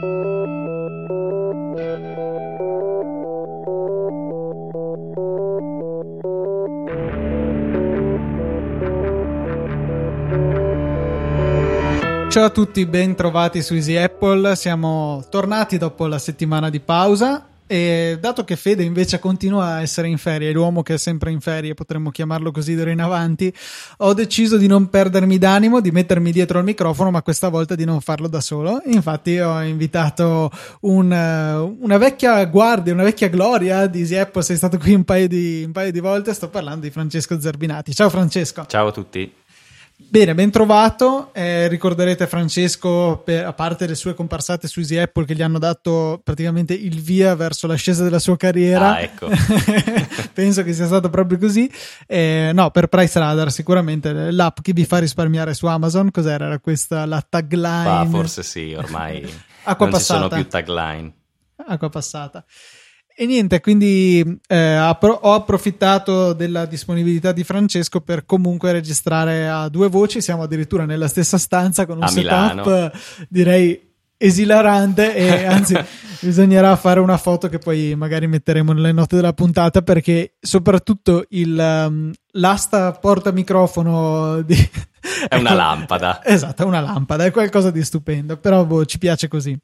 Ciao a tutti, ben trovati su Easy Apple. Siamo tornati dopo la settimana di pausa e dato che Fede invece continua a essere in ferie, l'uomo che è sempre in ferie, potremmo chiamarlo così d'ora in avanti, ho deciso di non perdermi d'animo, di mettermi dietro al microfono, ma questa volta di non farlo da solo. Infatti ho invitato una vecchia guardia, una vecchia gloria di Easy Apple. Sei stato qui un paio di volte. Sto parlando di Francesco Zerbinati. Ciao Francesco. Ciao a tutti. Bene, ben trovato. Ricorderete Francesco, a parte le sue comparsate su Easy Apple che gli hanno dato praticamente il via verso l'ascesa della sua carriera. Ah, ecco. Penso che sia stato proprio così. No, per Price Radar sicuramente, l'app che vi fa risparmiare su Amazon. Cos'era? Era questa la tagline? Forse sì, ormai Acqua non passata. ci sono più tagline. Acqua passata. E niente, quindi ho approfittato della disponibilità di Francesco per comunque registrare a due voci. Siamo addirittura nella stessa stanza con un setup direi esilarante, e anzi bisognerà fare una foto che poi magari metteremo nelle note della puntata, perché soprattutto l'asta porta microfono è una lampada. Esatto, è una lampada, è qualcosa di stupendo, però ci piace così.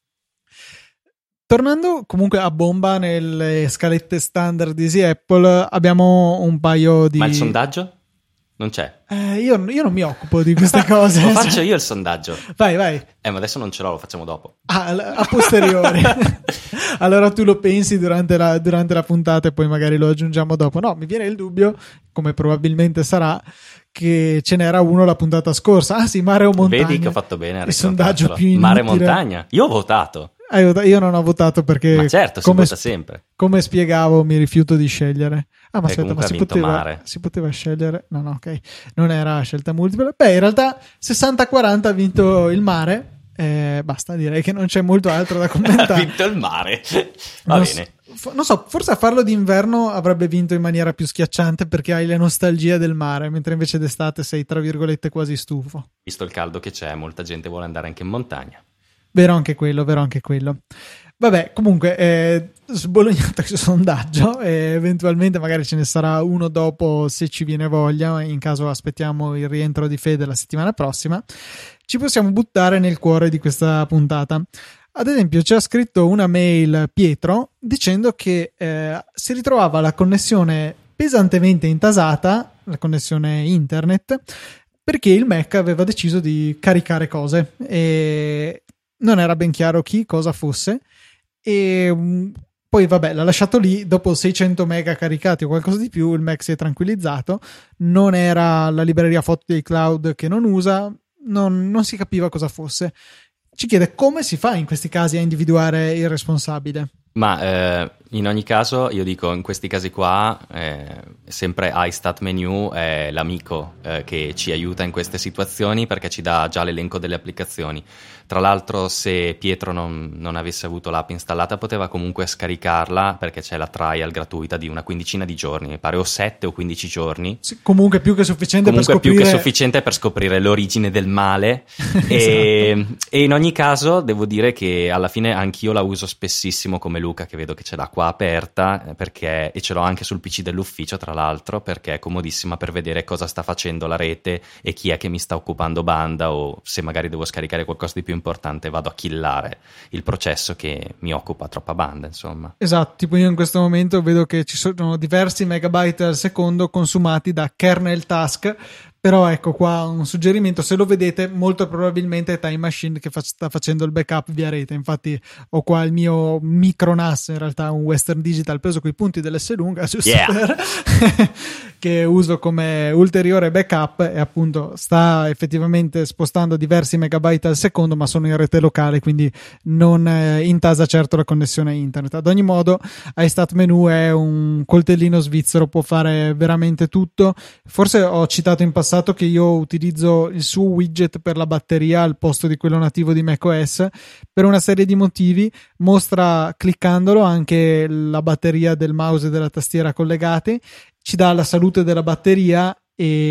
Tornando comunque a bomba nelle scalette standard di Easy Apple, abbiamo un paio di... Ma il sondaggio? Non c'è? Io non mi occupo di queste cose. Lo faccio io il sondaggio. Vai. Ma adesso non ce l'ho, lo facciamo dopo. A posteriori. Allora tu lo pensi durante la puntata e poi magari lo aggiungiamo dopo. No, mi viene il dubbio, come probabilmente sarà, che ce n'era uno la puntata scorsa. Ah sì, mare o montagna. Vedi che ho fatto bene a il sondaggio più inutile. Mare o montagna? Io ho votato. Io non ho votato perché... Ma certo, si vota sempre. Come spiegavo, mi rifiuto di scegliere. Ah, ma aspetta, ma si poteva scegliere? No, ok. Non era scelta multipla. Beh, in realtà 60-40 ha vinto il mare. Basta, direi che non c'è molto altro da commentare. Ha vinto il mare. Va bene. Non so, forse a farlo d'inverno avrebbe vinto in maniera più schiacciante, perché hai la nostalgia del mare, mentre invece d'estate sei, tra virgolette, quasi stufo. Visto il caldo che c'è, molta gente vuole andare anche in montagna. Vero anche quello. Vabbè, comunque, sbolognato il sondaggio, eventualmente magari ce ne sarà uno dopo se ci viene voglia, in caso aspettiamo il rientro di Fede la settimana prossima, ci possiamo buttare nel cuore di questa puntata. Ad esempio ci ha scritto una mail Pietro dicendo che si ritrovava la connessione pesantemente intasata, la connessione internet, perché il Mac aveva deciso di caricare cose e non era ben chiaro cosa fosse, e poi vabbè, l'ha lasciato lì. Dopo 600 mega caricati o qualcosa di più, il Mac si è tranquillizzato. Non era la libreria foto di iCloud che non usa, non si capiva cosa fosse. Ci chiede come si fa in questi casi a individuare il responsabile. Ma in ogni caso io dico, in questi casi qua sempre iStat Menu è l'amico che ci aiuta in queste situazioni, perché ci dà già l'elenco delle applicazioni. Tra l'altro, se Pietro non avesse avuto l'app installata, poteva comunque scaricarla, perché c'è la trial gratuita di una quindicina di giorni, mi pare, o 7 o 15 giorni. Sì, comunque più che sufficiente per scoprire l'origine del male. e in ogni caso devo dire che alla fine anch'io la uso spessissimo, come Luca, che vedo che ce l'ha qua aperta, e ce l'ho anche sul PC dell'ufficio, tra l'altro, perché è comodissima per vedere cosa sta facendo la rete e chi è che mi sta occupando banda, o se magari devo scaricare qualcosa di più importante vado a killare il processo che mi occupa troppa banda, insomma. Esatto, tipo io in questo momento vedo che ci sono diversi megabyte al secondo consumati da kernel task. Però ecco qua un suggerimento: se lo vedete, molto probabilmente è Time Machine che sta facendo il backup via rete. Infatti ho qua il mio micro NAS, in realtà un Western Digital preso coi punti dell'S lunga, che uso come ulteriore backup, e appunto sta effettivamente spostando diversi megabyte al secondo, ma sono in rete locale, quindi non intasa certo la connessione a internet. Ad ogni modo, iStat Menu è un coltellino svizzero, può fare veramente tutto. Forse ho citato in passato che io utilizzo il suo widget per la batteria al posto di quello nativo di macOS per una serie di motivi. Mostra, cliccandolo, anche la batteria del mouse e della tastiera collegati, ci dà la salute della batteria e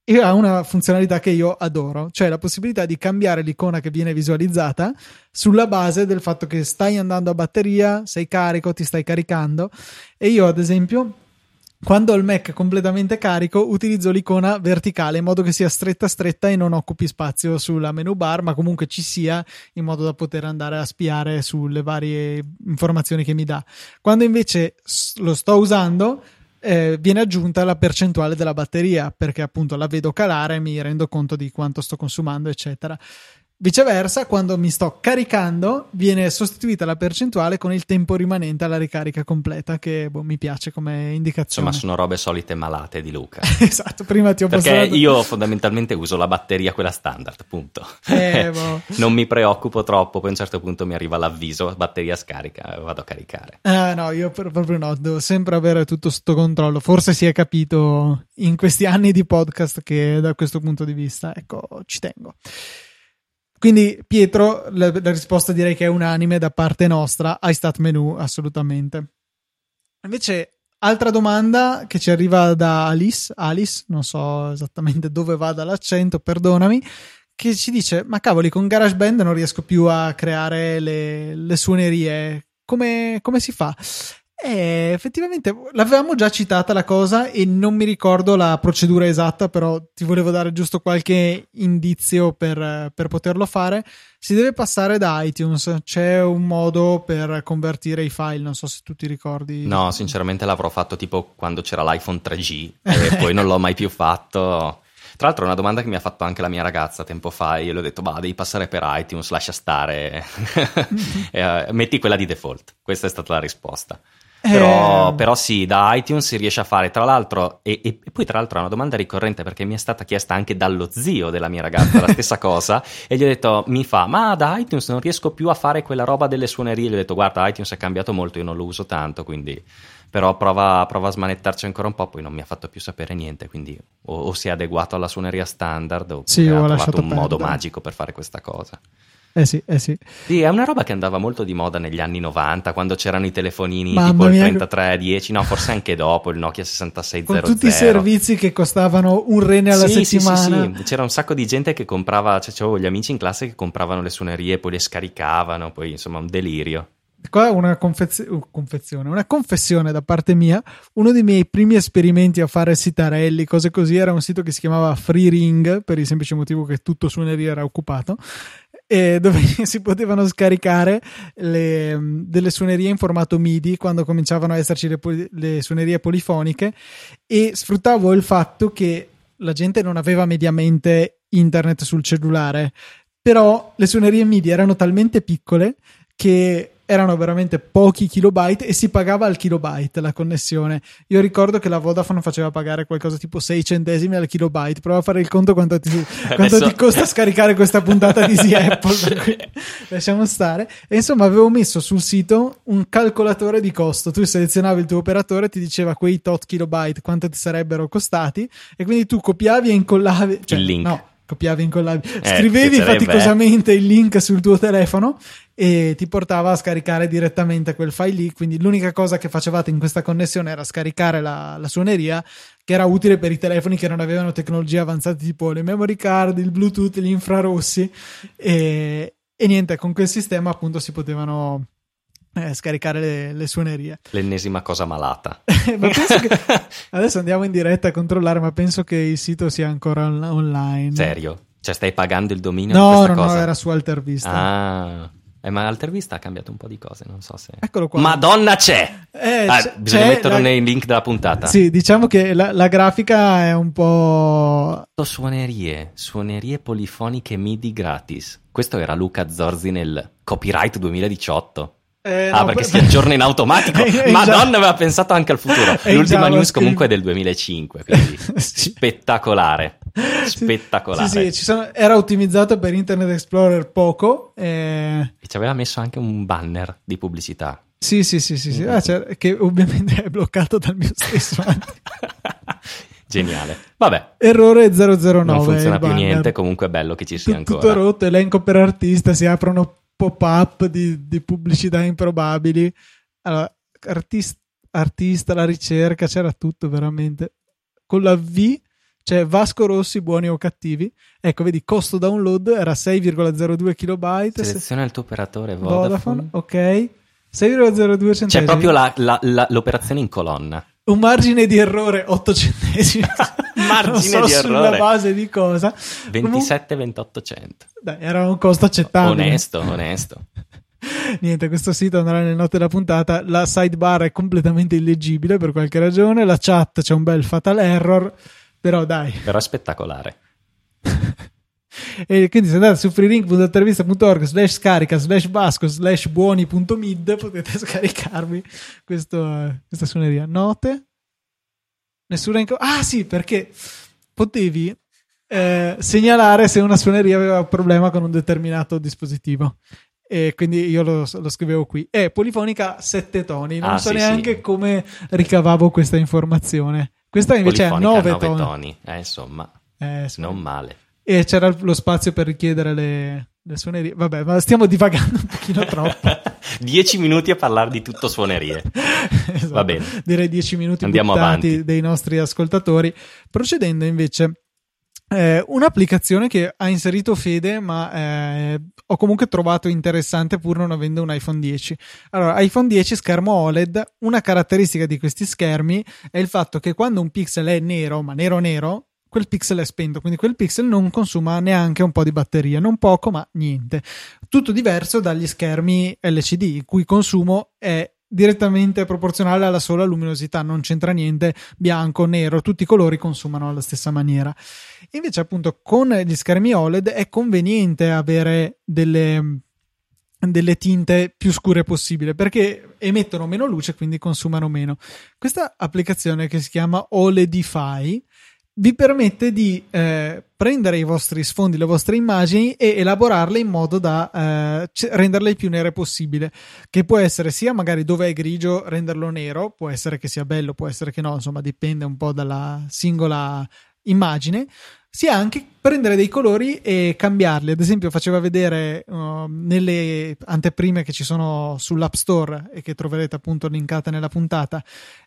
e ha una funzionalità che io adoro, cioè la possibilità di cambiare l'icona che viene visualizzata sulla base del fatto che stai andando a batteria, sei carico, ti stai caricando. E io ad esempio, quando ho il Mac completamente carico, utilizzo l'icona verticale in modo che sia stretta e non occupi spazio sulla menu bar, ma comunque ci sia, in modo da poter andare a spiare sulle varie informazioni che mi dà. Quando invece lo sto usando, viene aggiunta la percentuale della batteria, perché appunto la vedo calare e mi rendo conto di quanto sto consumando, eccetera. Viceversa, quando mi sto caricando, viene sostituita la percentuale con il tempo rimanente alla ricarica completa, che mi piace come indicazione. Insomma, sono robe solite malate di Luca. Esatto, prima ti ho Perché passato... io fondamentalmente uso la batteria quella standard, punto. Non mi preoccupo troppo, poi a un certo punto mi arriva l'avviso, batteria scarica, vado a caricare. No, io proprio no, devo sempre avere tutto sotto controllo. Forse si è capito in questi anni di podcast che da questo punto di vista, ecco, ci tengo. Quindi Pietro, la risposta direi che è unanime da parte nostra, iStat menu, assolutamente. Invece, altra domanda che ci arriva da Alice, non so esattamente dove vada l'accento, perdonami, che ci dice, ma cavoli, con GarageBand non riesco più a creare le suonerie, come si fa? Effettivamente l'avevamo già citata la cosa e non mi ricordo la procedura esatta, però ti volevo dare giusto qualche indizio per poterlo fare. Si deve passare da iTunes, c'è un modo per convertire i file, non so se tu ti ricordi. No, sinceramente l'avrò fatto tipo quando c'era l'iPhone 3G e poi non l'ho mai più fatto. Tra l'altro è una domanda che mi ha fatto anche la mia ragazza tempo fa e io le ho detto, devi passare per iTunes, lascia stare, metti quella di default. Questa è stata la risposta. Però sì, da iTunes si riesce a fare, tra l'altro, e poi tra l'altro è una domanda ricorrente perché mi è stata chiesta anche dallo zio della mia ragazza la stessa cosa, e gli ho detto, ma da iTunes non riesco più a fare quella roba delle suonerie. Gli ho detto, guarda, iTunes è cambiato molto, io non lo uso tanto, quindi però prova a smanettarci ancora un po'. Poi non mi ha fatto più sapere niente, quindi o si è adeguato alla suoneria standard o sì, ha trovato un modo magico per fare questa cosa. Sì. Sì, è una roba che andava molto di moda negli anni 90, quando c'erano i telefonini tipo il 3310, no, forse anche dopo, il Nokia 6600. Con tutti i servizi che costavano un rene alla settimana. Sì, c'era un sacco di gente che comprava, cioè avevo gli amici in classe che compravano le suonerie, poi le scaricavano, poi insomma un delirio. Qua una confessione da parte mia. Uno dei miei primi esperimenti a fare sitarelli, cose così, era un sito che si chiamava FreeRing, per il semplice motivo che tutto suoneria era occupato, e dove si potevano scaricare delle suonerie in formato MIDI quando cominciavano a esserci le suonerie polifoniche, e sfruttavo il fatto che la gente non aveva mediamente internet sul cellulare, però le suonerie MIDI erano talmente piccole che erano veramente pochi kilobyte e si pagava al kilobyte la connessione. Io ricordo che la Vodafone faceva pagare qualcosa tipo 6 centesimi al kilobyte. Prova a fare il conto quanto ti costa scaricare questa puntata di Easy Apple. Lasciamo stare. E insomma avevo messo sul sito un calcolatore di costo. Tu selezionavi il tuo operatore, ti diceva quei tot kilobyte quanto ti sarebbero costati, e quindi tu copiavi e incollavi, cioè, il link. No, copiavi, incollavi, scrivevi faticosamente il link sul tuo telefono e ti portava a scaricare direttamente quel file lì. Quindi l'unica cosa che facevate in questa connessione era scaricare la suoneria, che era utile per i telefoni che non avevano tecnologie avanzate tipo le memory card, il Bluetooth, gli infrarossi, e niente, con quel sistema appunto si potevano scaricare le suonerie. L'ennesima cosa malata. Ma penso che adesso andiamo in diretta a controllare, ma penso che il sito sia ancora online. Serio? Cioè stai pagando il dominio no, di questa cosa? No, era su Altervista. Ma Altervista ha cambiato un po' di cose, non so se... Eccolo qua. Madonna c'è! Bisogna metterlo nei link della puntata. Sì, diciamo che la grafica è un po'... Suonerie polifoniche MIDI gratis. Questo era Luca Zorzi nel Copyright 2018. Perché si aggiorna in automatico. Madonna, aveva pensato anche al futuro. L'ultima news comunque è del 2005, quindi spettacolare. Spettacolare. Sì, era ottimizzato per Internet Explorer poco. E ci aveva messo anche un banner di pubblicità. Sì. Che ovviamente è bloccato dal mio stesso. Geniale. Vabbè. Errore 009. Non funziona più niente, comunque è bello che ci sia ancora. Tutto rotto, elenco per artista, si aprono pop-up di pubblicità improbabili. Allora, artista, la ricerca, c'era tutto veramente. Con la V C'è Vasco Rossi, buoni o cattivi. Ecco, vedi, costo download era 6,02 kilobyte. Seleziona il tuo operatore Vodafone. Ok, 6,02 centesimi. C'è proprio l'operazione in colonna. Un margine di errore 8 centesimi. Margine non so di sulla errore. base di cosa. 27,28. Dai, era un costo accettabile. Onesto. Niente, questo sito andrà nelle note della puntata. La sidebar è completamente illeggibile per qualche ragione. La chat c'è un bel fatal error, però dai. Però è spettacolare. E quindi se andate su freelink.intervista.org/scarica/vasco/buoni.mid potete scaricarvi questa suoneria. Note? Nessuna sì, perché potevi segnalare se una suoneria aveva un problema con un determinato dispositivo. E quindi io lo scrivevo qui. È polifonica 7 toni. Non so neanche come ricavavo questa informazione. Questa invece ha 9 toni. Insomma, non male. E c'era lo spazio per richiedere le suonerie. Vabbè, ma stiamo divagando un pochino troppo. 10 minuti a parlare di tutto suonerie. Esatto. Va bene. Direi 10 minuti Andiamo buttati avanti. dei nostri ascoltatori. Procedendo invece, un'applicazione che ha inserito Fede, ma ho comunque trovato interessante pur non avendo un iPhone 10. Allora, iPhone 10 schermo OLED. Una caratteristica di questi schermi è il fatto che quando un pixel è nero, ma nero, quel pixel è spento, quindi quel pixel non consuma neanche un po' di batteria, non poco ma niente. Tutto diverso dagli schermi LCD, il cui consumo è direttamente proporzionale alla sola luminosità, non c'entra niente, bianco, nero, tutti i colori consumano alla stessa maniera. Invece appunto con gli schermi OLED è conveniente avere delle tinte più scure possibile perché emettono meno luce, quindi consumano meno. Questa applicazione che si chiama OLEDify vi permette di prendere i vostri sfondi, le vostre immagini e elaborarle in modo da renderle il più nere possibile, che può essere sia magari dove è grigio renderlo nero, può essere che sia bello, può essere che no, insomma dipende un po' dalla singola immagine, sia anche prendere dei colori e cambiarli. Ad esempio faceva vedere nelle anteprime che ci sono sull'App Store e che troverete appunto linkate nella puntata,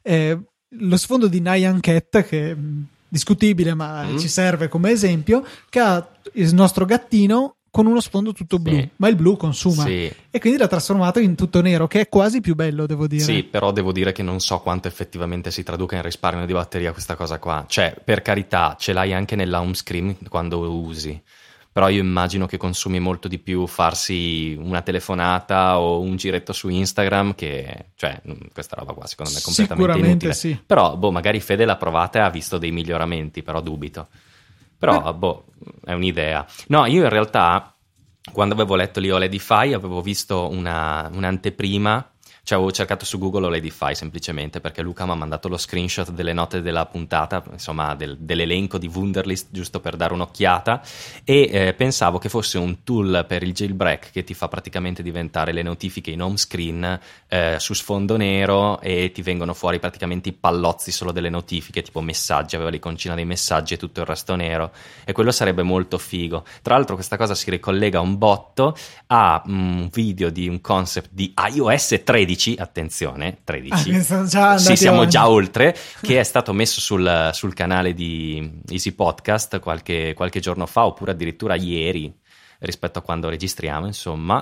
lo sfondo di Nyan Cat, che discutibile ma ci serve come esempio, che ha il nostro gattino con uno sfondo tutto blu, ma il blu consuma e quindi l'ha trasformato in tutto nero, che è quasi più bello, devo dire. Sì, però devo dire che non so quanto effettivamente si traduca in risparmio di batteria questa cosa qua. Cioè, per carità, ce l'hai anche nella home screen quando lo usi, però io immagino che consumi molto di più farsi una telefonata o un giretto su Instagram, che, cioè, questa roba qua secondo me è completamente inutile. Sì. Però, magari Fede l'ha provata e ha visto dei miglioramenti, però dubito. Però, è un'idea. No, io in realtà, quando avevo letto lì OLEDify, avevo visto un'anteprima. Cioè avevo cercato su Google OLEDify semplicemente perché Luca mi ha mandato lo screenshot delle note della puntata, insomma dell'elenco di Wunderlist, giusto per dare un'occhiata, e pensavo che fosse un tool per il jailbreak che ti fa praticamente diventare le notifiche in home screen su sfondo nero, e ti vengono fuori praticamente i pallozzi solo delle notifiche, tipo messaggi, aveva l'iconcina dei messaggi e tutto il resto nero, e quello sarebbe molto figo. Tra l'altro questa cosa si ricollega un botto a un video di un concept di iOS 13, attenzione, 13, sì, siamo già oltre, che è stato messo sul canale di Easy Podcast qualche giorno fa, oppure addirittura ieri rispetto a quando registriamo, insomma,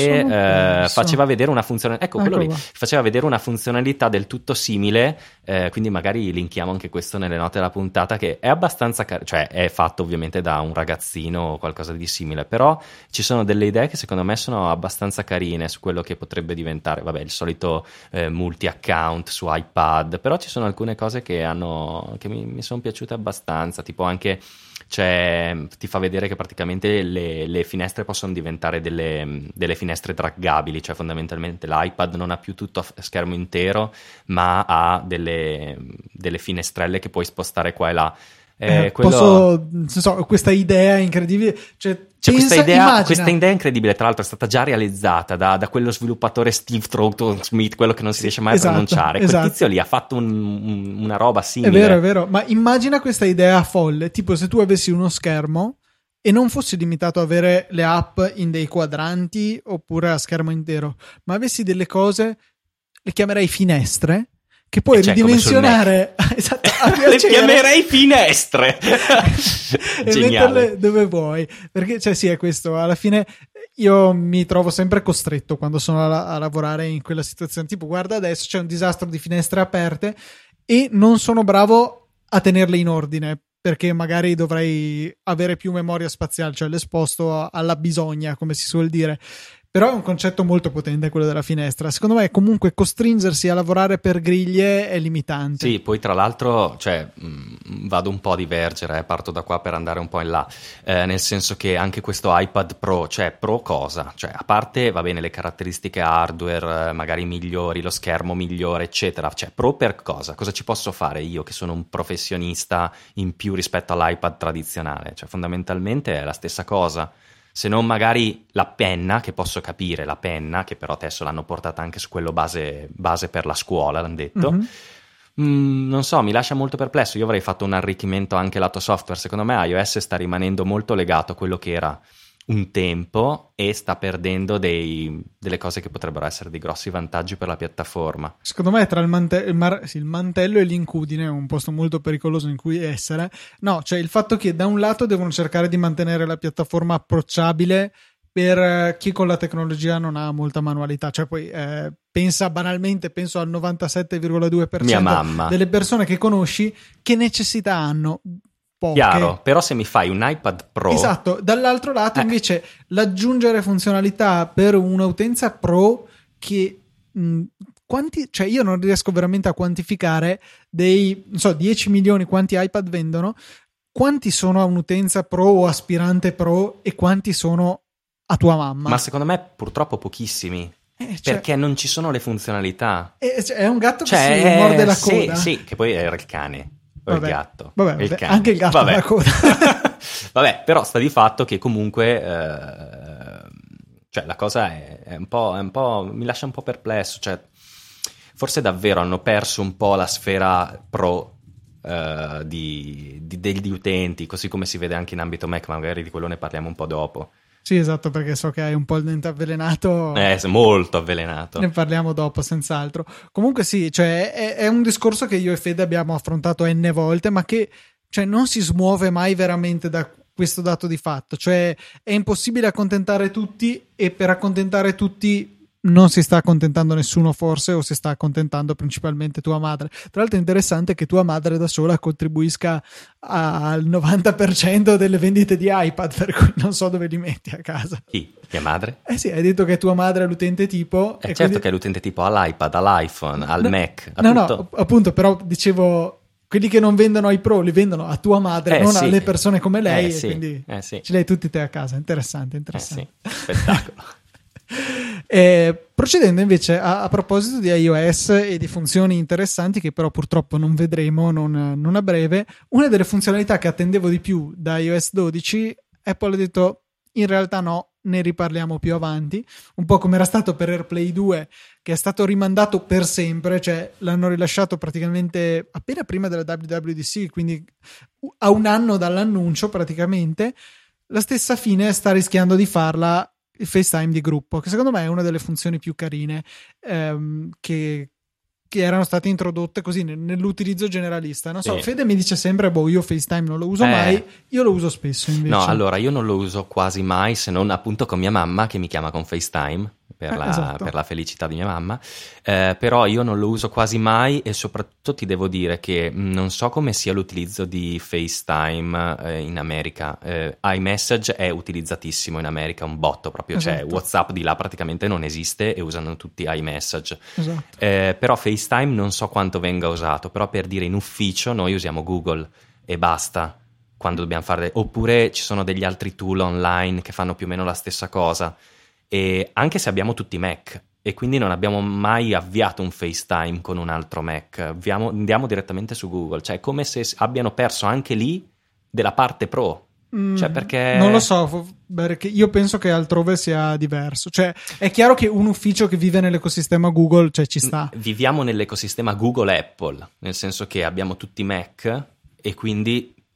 che faceva vedere una funzionalità, quello lì, faceva vedere una funzionalità del tutto simile, quindi magari linkiamo anche questo nelle note della puntata, che è abbastanza cioè è fatto ovviamente da un ragazzino o qualcosa di simile, però ci sono delle idee che secondo me sono abbastanza carine su quello che potrebbe diventare, vabbè, il solito multi account su iPad, però ci sono alcune cose che mi sono piaciute abbastanza, tipo anche ti fa vedere che praticamente le finestre possono diventare delle finestre draggabili, cioè fondamentalmente l'iPad non ha più tutto a schermo intero, ma ha delle finestrelle che puoi spostare qua e là. Questa idea incredibile, questa idea incredibile, tra l'altro è stata già realizzata da quello sviluppatore Steve Troughton Smith, quello che non si riesce mai a pronunciare. Quel tizio lì ha fatto una roba simile. È vero, ma immagina questa idea folle, tipo se tu avessi uno schermo e non fossi limitato a avere le app in dei quadranti oppure a schermo intero, ma avessi delle cose, le chiamerei finestre, che puoi ridimensionare. Esatto. Le chiamerei finestre. E metterle dove vuoi, perché cioè sì, è questo, alla fine io mi trovo sempre costretto quando sono a lavorare in quella situazione, tipo guarda adesso c'è un disastro di finestre aperte e non sono bravo a tenerle in ordine, perché magari dovrei avere più memoria spaziale, cioè l'esposto alla bisogna, come si suol dire. Però è un concetto molto potente quello della finestra. Secondo me comunque costringersi a lavorare per griglie è limitante. Sì, poi tra l'altro vado un po' a divergere, parto da qua per andare un po' in là, nel senso che anche questo iPad Pro, cioè Pro cosa? Cioè a parte va bene le caratteristiche hardware magari migliori, lo schermo migliore eccetera, cioè Pro per cosa? Cosa ci posso fare io che sono un professionista in più rispetto all'iPad tradizionale? Cioè fondamentalmente è la stessa cosa. Se non magari la penna, che posso capire, la penna, che però adesso l'hanno portata anche su quello base per la scuola, l'hanno detto. Non so, mi lascia molto perplesso. Io avrei fatto un arricchimento anche lato software. Secondo me iOS sta rimanendo molto legato a quello che era un tempo e sta perdendo delle cose che potrebbero essere dei grossi vantaggi per la piattaforma. Secondo me tra il mantello e l'incudine è un posto molto pericoloso in cui essere. No, cioè il fatto che da un lato devono cercare di mantenere la piattaforma approcciabile per chi con la tecnologia non ha molta manualità, cioè poi penso al 97,2% Mia mamma. delle persone che conosci che necessità hanno. Poche. Chiaro, però se mi fai un iPad Pro... Esatto, dall'altro lato invece l'aggiungere funzionalità per un'utenza Pro che cioè io non riesco veramente a quantificare dei, non so, 10 milioni quanti iPad vendono, quanti sono a un'utenza Pro o aspirante Pro e quanti sono a tua mamma. Ma secondo me purtroppo pochissimi. Perché non ci sono le funzionalità. È un gatto che si morde la coda. Sì, che poi era il cane. O il gatto. Vabbè, il cane. Anche il gatto ha la coda. Vabbè, però sta di fatto che comunque cioè la cosa è un po' mi lascia un po' perplesso, cioè forse davvero hanno perso un po' la sfera pro degli utenti, così come si vede anche in ambito Mac, ma magari di quello ne parliamo un po' dopo. Sì, esatto, perché so che hai un po' il dente avvelenato. Molto avvelenato. Ne parliamo dopo, senz'altro. Comunque sì, cioè è un discorso che io e Fede abbiamo affrontato n volte, ma che cioè, non si smuove mai veramente da questo dato di fatto. Cioè è impossibile accontentare tutti e per accontentare tutti non si sta accontentando nessuno forse, o si sta accontentando principalmente tua madre. Tra l'altro è interessante che tua madre da sola contribuisca al 90% delle vendite di iPad, per cui non so dove li metti a casa. Chi? Mia madre? Eh sì, hai detto che tua madre è l'utente tipo. Certo quindi... che è l'utente tipo all'iPad, all'iPhone, al Mac. No, appunto, però dicevo... Quelli che non vendono ai Pro li vendono a tua madre, non alle persone come lei, e quindi ce li hai tutti te a casa. Interessante. Sì, spettacolo. Procedendo invece a proposito di iOS e di funzioni interessanti che però purtroppo non vedremo non a breve, una delle funzionalità che attendevo di più da iOS 12 Apple ha detto in realtà no, ne riparliamo più avanti, un po' come era stato per AirPlay 2 che è stato rimandato per sempre, cioè l'hanno rilasciato praticamente appena prima della WWDC, quindi a un anno dall'annuncio praticamente. La stessa fine sta rischiando di farla il FaceTime di gruppo, che secondo me è una delle funzioni più carine che erano state introdotte così nell'utilizzo generalista. Non so, sì. Fede mi dice sempre io FaceTime non lo uso mai, io lo uso spesso invece. No, allora io non lo uso quasi mai, se non appunto con mia mamma che mi chiama con FaceTime per la felicità di mia mamma, però io non lo uso quasi mai e soprattutto ti devo dire che non so come sia l'utilizzo di FaceTime in America. iMessage è utilizzatissimo in America, un botto proprio, cioè WhatsApp di là praticamente non esiste e usano tutti iMessage. Però FaceTime non so quanto venga usato, però per dire in ufficio noi usiamo Google e basta quando dobbiamo fare, oppure ci sono degli altri tool online che fanno più o meno la stessa cosa. E anche se abbiamo tutti Mac e quindi non abbiamo mai avviato un FaceTime con un altro Mac, andiamo direttamente su Google, cioè è come se abbiano perso anche lì della parte pro. Cioè perché non lo so, perché io penso che altrove sia diverso, cioè è chiaro che un ufficio che vive nell'ecosistema Google, cioè ci sta. Viviamo nell'ecosistema Google Apple, nel senso che abbiamo tutti Mac e quindi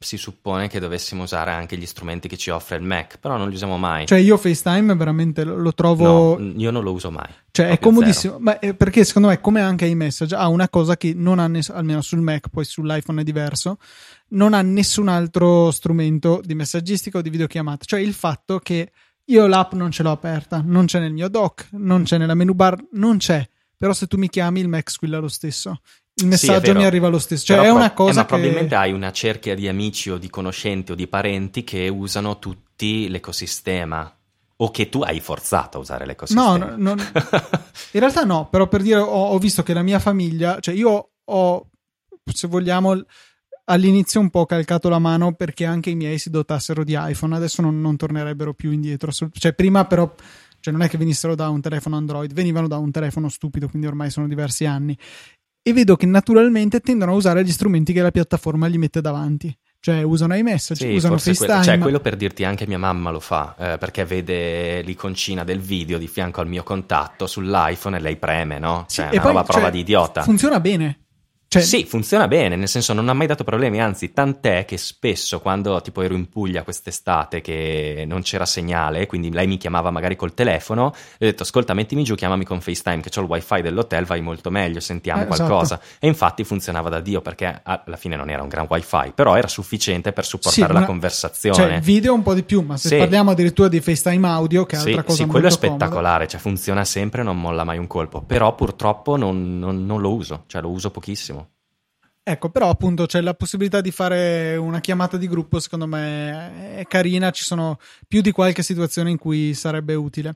si suppone che dovessimo usare anche gli strumenti che ci offre il Mac, però non li usiamo mai. Cioè io FaceTime veramente lo trovo... No, io non lo uso mai. Cioè è comodissimo, ma perché secondo me, come anche iMessage, ha una cosa che non ha almeno sul Mac, poi sull'iPhone è diverso, non ha nessun altro strumento di messaggistica o di videochiamata. Cioè il fatto che io l'app non ce l'ho aperta, non c'è nel mio dock, non c'è nella menu bar, non c'è. Però se tu mi chiami il Mac squilla lo stesso. Il messaggio mi arriva lo stesso. Cioè però è una cosa ma probabilmente hai una cerchia di amici o di conoscenti o di parenti che usano tutti l'ecosistema. O che tu hai forzato a usare l'ecosistema. No, in realtà no, però per dire ho visto che la mia famiglia, cioè io ho, se vogliamo, all'inizio un po' calcato la mano perché anche i miei si dotassero di iPhone, adesso non tornerebbero più indietro. Cioè prima però, cioè non è che venissero da un telefono Android, venivano da un telefono stupido, quindi ormai sono diversi anni. E vedo che naturalmente tendono a usare gli strumenti che la piattaforma gli mette davanti. Cioè usano iMessage, usano FaceTime. Cioè quello per dirti, anche mia mamma lo fa, perché vede l'iconcina del video di fianco al mio contatto sull'iPhone e lei preme, no? Cioè sì, una roba prova di idiota. Funziona bene. Cioè, sì, funziona bene, nel senso non ha mai dato problemi, anzi tant'è che spesso quando tipo ero in Puglia quest'estate che non c'era segnale, quindi lei mi chiamava magari col telefono, le ho detto ascolta mettimi giù, chiamami con FaceTime che c'ho il wifi dell'hotel, vai molto meglio, sentiamo qualcosa. Esatto. E infatti funzionava da Dio perché alla fine non era un gran wifi, però era sufficiente per supportare la conversazione. Cioè video un po' di più, ma se parliamo addirittura di FaceTime audio che è altra cosa molto quello è spettacolare, comoda. Cioè funziona sempre, non molla mai un colpo, però purtroppo non lo uso, cioè lo uso pochissimo. Ecco, però appunto c'è la possibilità di fare una chiamata di gruppo, secondo me è carina, ci sono più di qualche situazione in cui sarebbe utile.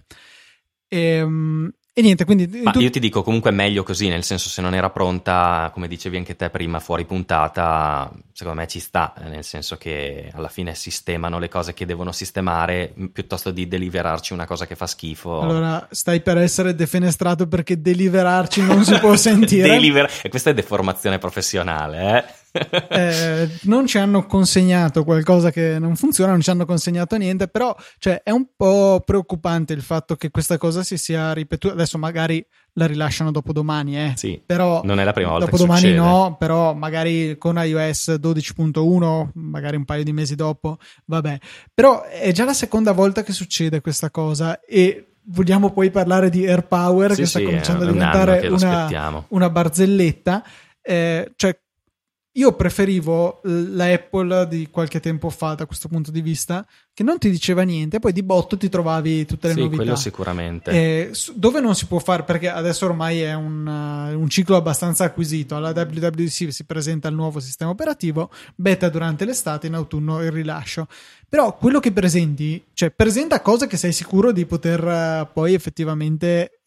E niente, quindi... Ma io ti dico comunque meglio così, nel senso se non era pronta, come dicevi anche te prima, fuori puntata, secondo me ci sta, nel senso che alla fine sistemano le cose che devono sistemare piuttosto di deliverarci una cosa che fa schifo. Allora, stai per essere defenestrato perché deliverarci non si può sentire. E questa è deformazione professionale, non ci hanno consegnato qualcosa che non funziona, non ci hanno consegnato niente, però cioè, è un po' preoccupante il fatto che questa cosa si sia ripetuta. Adesso magari la rilasciano dopodomani, sì, però non è la prima volta dopodomani che succede. No, però magari con iOS 12.1, magari un paio di mesi dopo, vabbè. Però è già la seconda volta che succede questa cosa e vogliamo poi parlare di AirPower che sta cominciando a diventare una barzelletta. Cioè io preferivo la Apple di qualche tempo fa da questo punto di vista, che non ti diceva niente, poi di botto ti trovavi tutte le novità. Sì, quello sicuramente. Dove non si può fare, perché adesso ormai è un ciclo abbastanza acquisito. Alla WWDC si presenta il nuovo sistema operativo, beta durante l'estate, in autunno il rilascio. Però quello che presenti, cioè presenta cose che sei sicuro di poter poi effettivamente...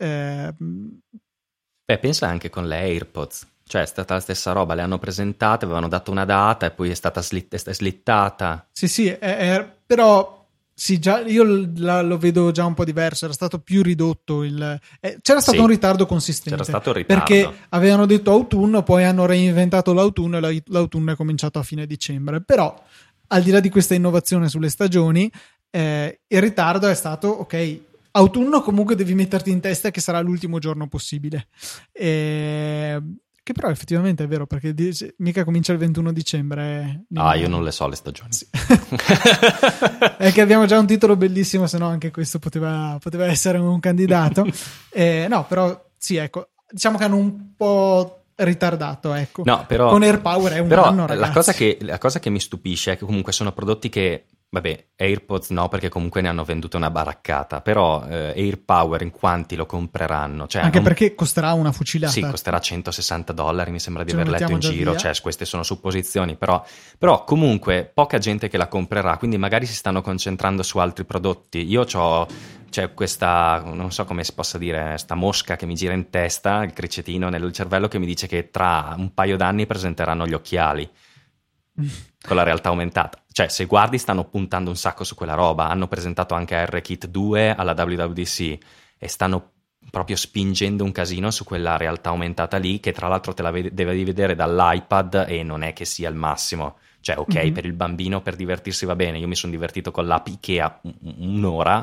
pensa anche con le AirPods. Cioè è stata la stessa roba, le hanno presentate, avevano dato una data e poi è stata slittata. Sì, però sì, già io lo vedo già un po' diverso, era stato più ridotto c'era stato un ritardo consistente. C'era stato un ritardo. Perché avevano detto autunno, poi hanno reinventato l'autunno e l'autunno è cominciato a fine dicembre. Però al di là di questa innovazione sulle stagioni, il ritardo è stato ok. Autunno comunque devi metterti in testa che sarà l'ultimo giorno possibile. Che però effettivamente è vero, perché mica comincia il 21 dicembre. Io non le so le stagioni. Sì. È che abbiamo già un titolo bellissimo, se no anche questo poteva essere un candidato. No, però sì, ecco, diciamo che hanno un po' ritardato, ecco. No, però, con AirPower è un anno, ragazzi. La cosa che mi stupisce è che comunque sono prodotti che... Vabbè, AirPods no, perché comunque ne hanno venduta una baraccata, però AirPower in quanti lo compreranno? Cioè, anche perché costerà una fucilata. Sì, costerà $160, mi sembra di aver letto in giro, cioè queste sono supposizioni, però comunque poca gente che la comprerà, quindi magari si stanno concentrando su altri prodotti. Io c'è questa, non so come si possa dire, sta mosca che mi gira in testa, il cricetino nel cervello che mi dice che tra un paio d'anni presenteranno gli occhiali con la realtà aumentata. Cioè, se guardi, stanno puntando un sacco su quella roba. Hanno presentato anche ARKit 2 alla WWDC e stanno proprio spingendo un casino su quella realtà aumentata lì, che tra l'altro te la devi vedere dall'iPad e non è che sia il massimo. Cioè, ok, per il bambino, per divertirsi va bene. Io mi sono divertito con l'app Ikea un'ora,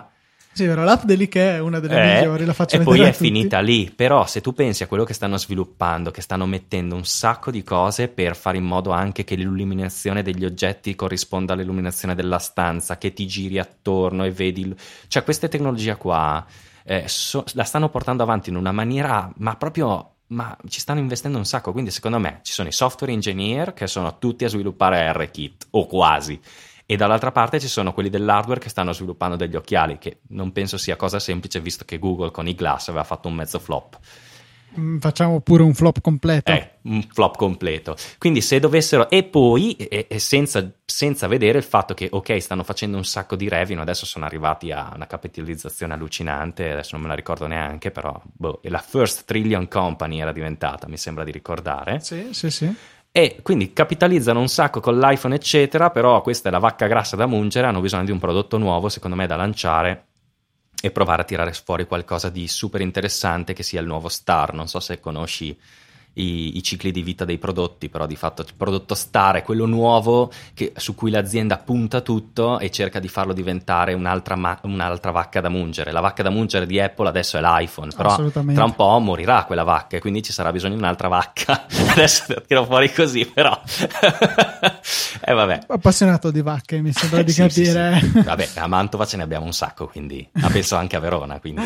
Sì, vero, l'app dell'IKEA è una delle migliori, la faccio e vedere poi a è tutti. finita lì. Però se tu pensi a quello che stanno sviluppando, che stanno mettendo un sacco di cose per fare in modo anche che l'illuminazione degli oggetti corrisponda all'illuminazione della stanza, che ti giri attorno e vedi, cioè queste tecnologie qua la stanno portando avanti in una maniera, ma ci stanno investendo un sacco. Quindi secondo me ci sono i software engineer che sono tutti a sviluppare ARKit, o quasi, e dall'altra parte ci sono quelli dell'hardware che stanno sviluppando degli occhiali, che non penso sia cosa semplice, visto che Google con i Glass aveva fatto un mezzo flop. Facciamo pure un flop completo. Un flop completo. Quindi se dovessero, e poi senza vedere il fatto che ok, stanno facendo un sacco di revenue, adesso sono arrivati a una capitalizzazione allucinante, adesso non me la ricordo neanche, però e la first trillion company era diventata, mi sembra di ricordare. Sì. E quindi capitalizzano un sacco con l'iPhone eccetera, però questa è la vacca grassa da mungere, hanno bisogno di un prodotto nuovo secondo me da lanciare e provare a tirare fuori qualcosa di super interessante che sia il nuovo Star. Non so se conosci i cicli di vita dei prodotti, però di fatto il prodotto Star è quello nuovo su cui l'azienda punta tutto e cerca di farlo diventare un'altra vacca da mungere. La vacca da mungere di Apple adesso è l'iPhone, però tra un po' morirà quella vacca e quindi ci sarà bisogno di un'altra vacca. Adesso te lo tiro fuori così, però vabbè. Appassionato di vacche, mi sembra di capire. Sì. Vabbè, a Mantova ce ne abbiamo un sacco, quindi penso anche a Verona, quindi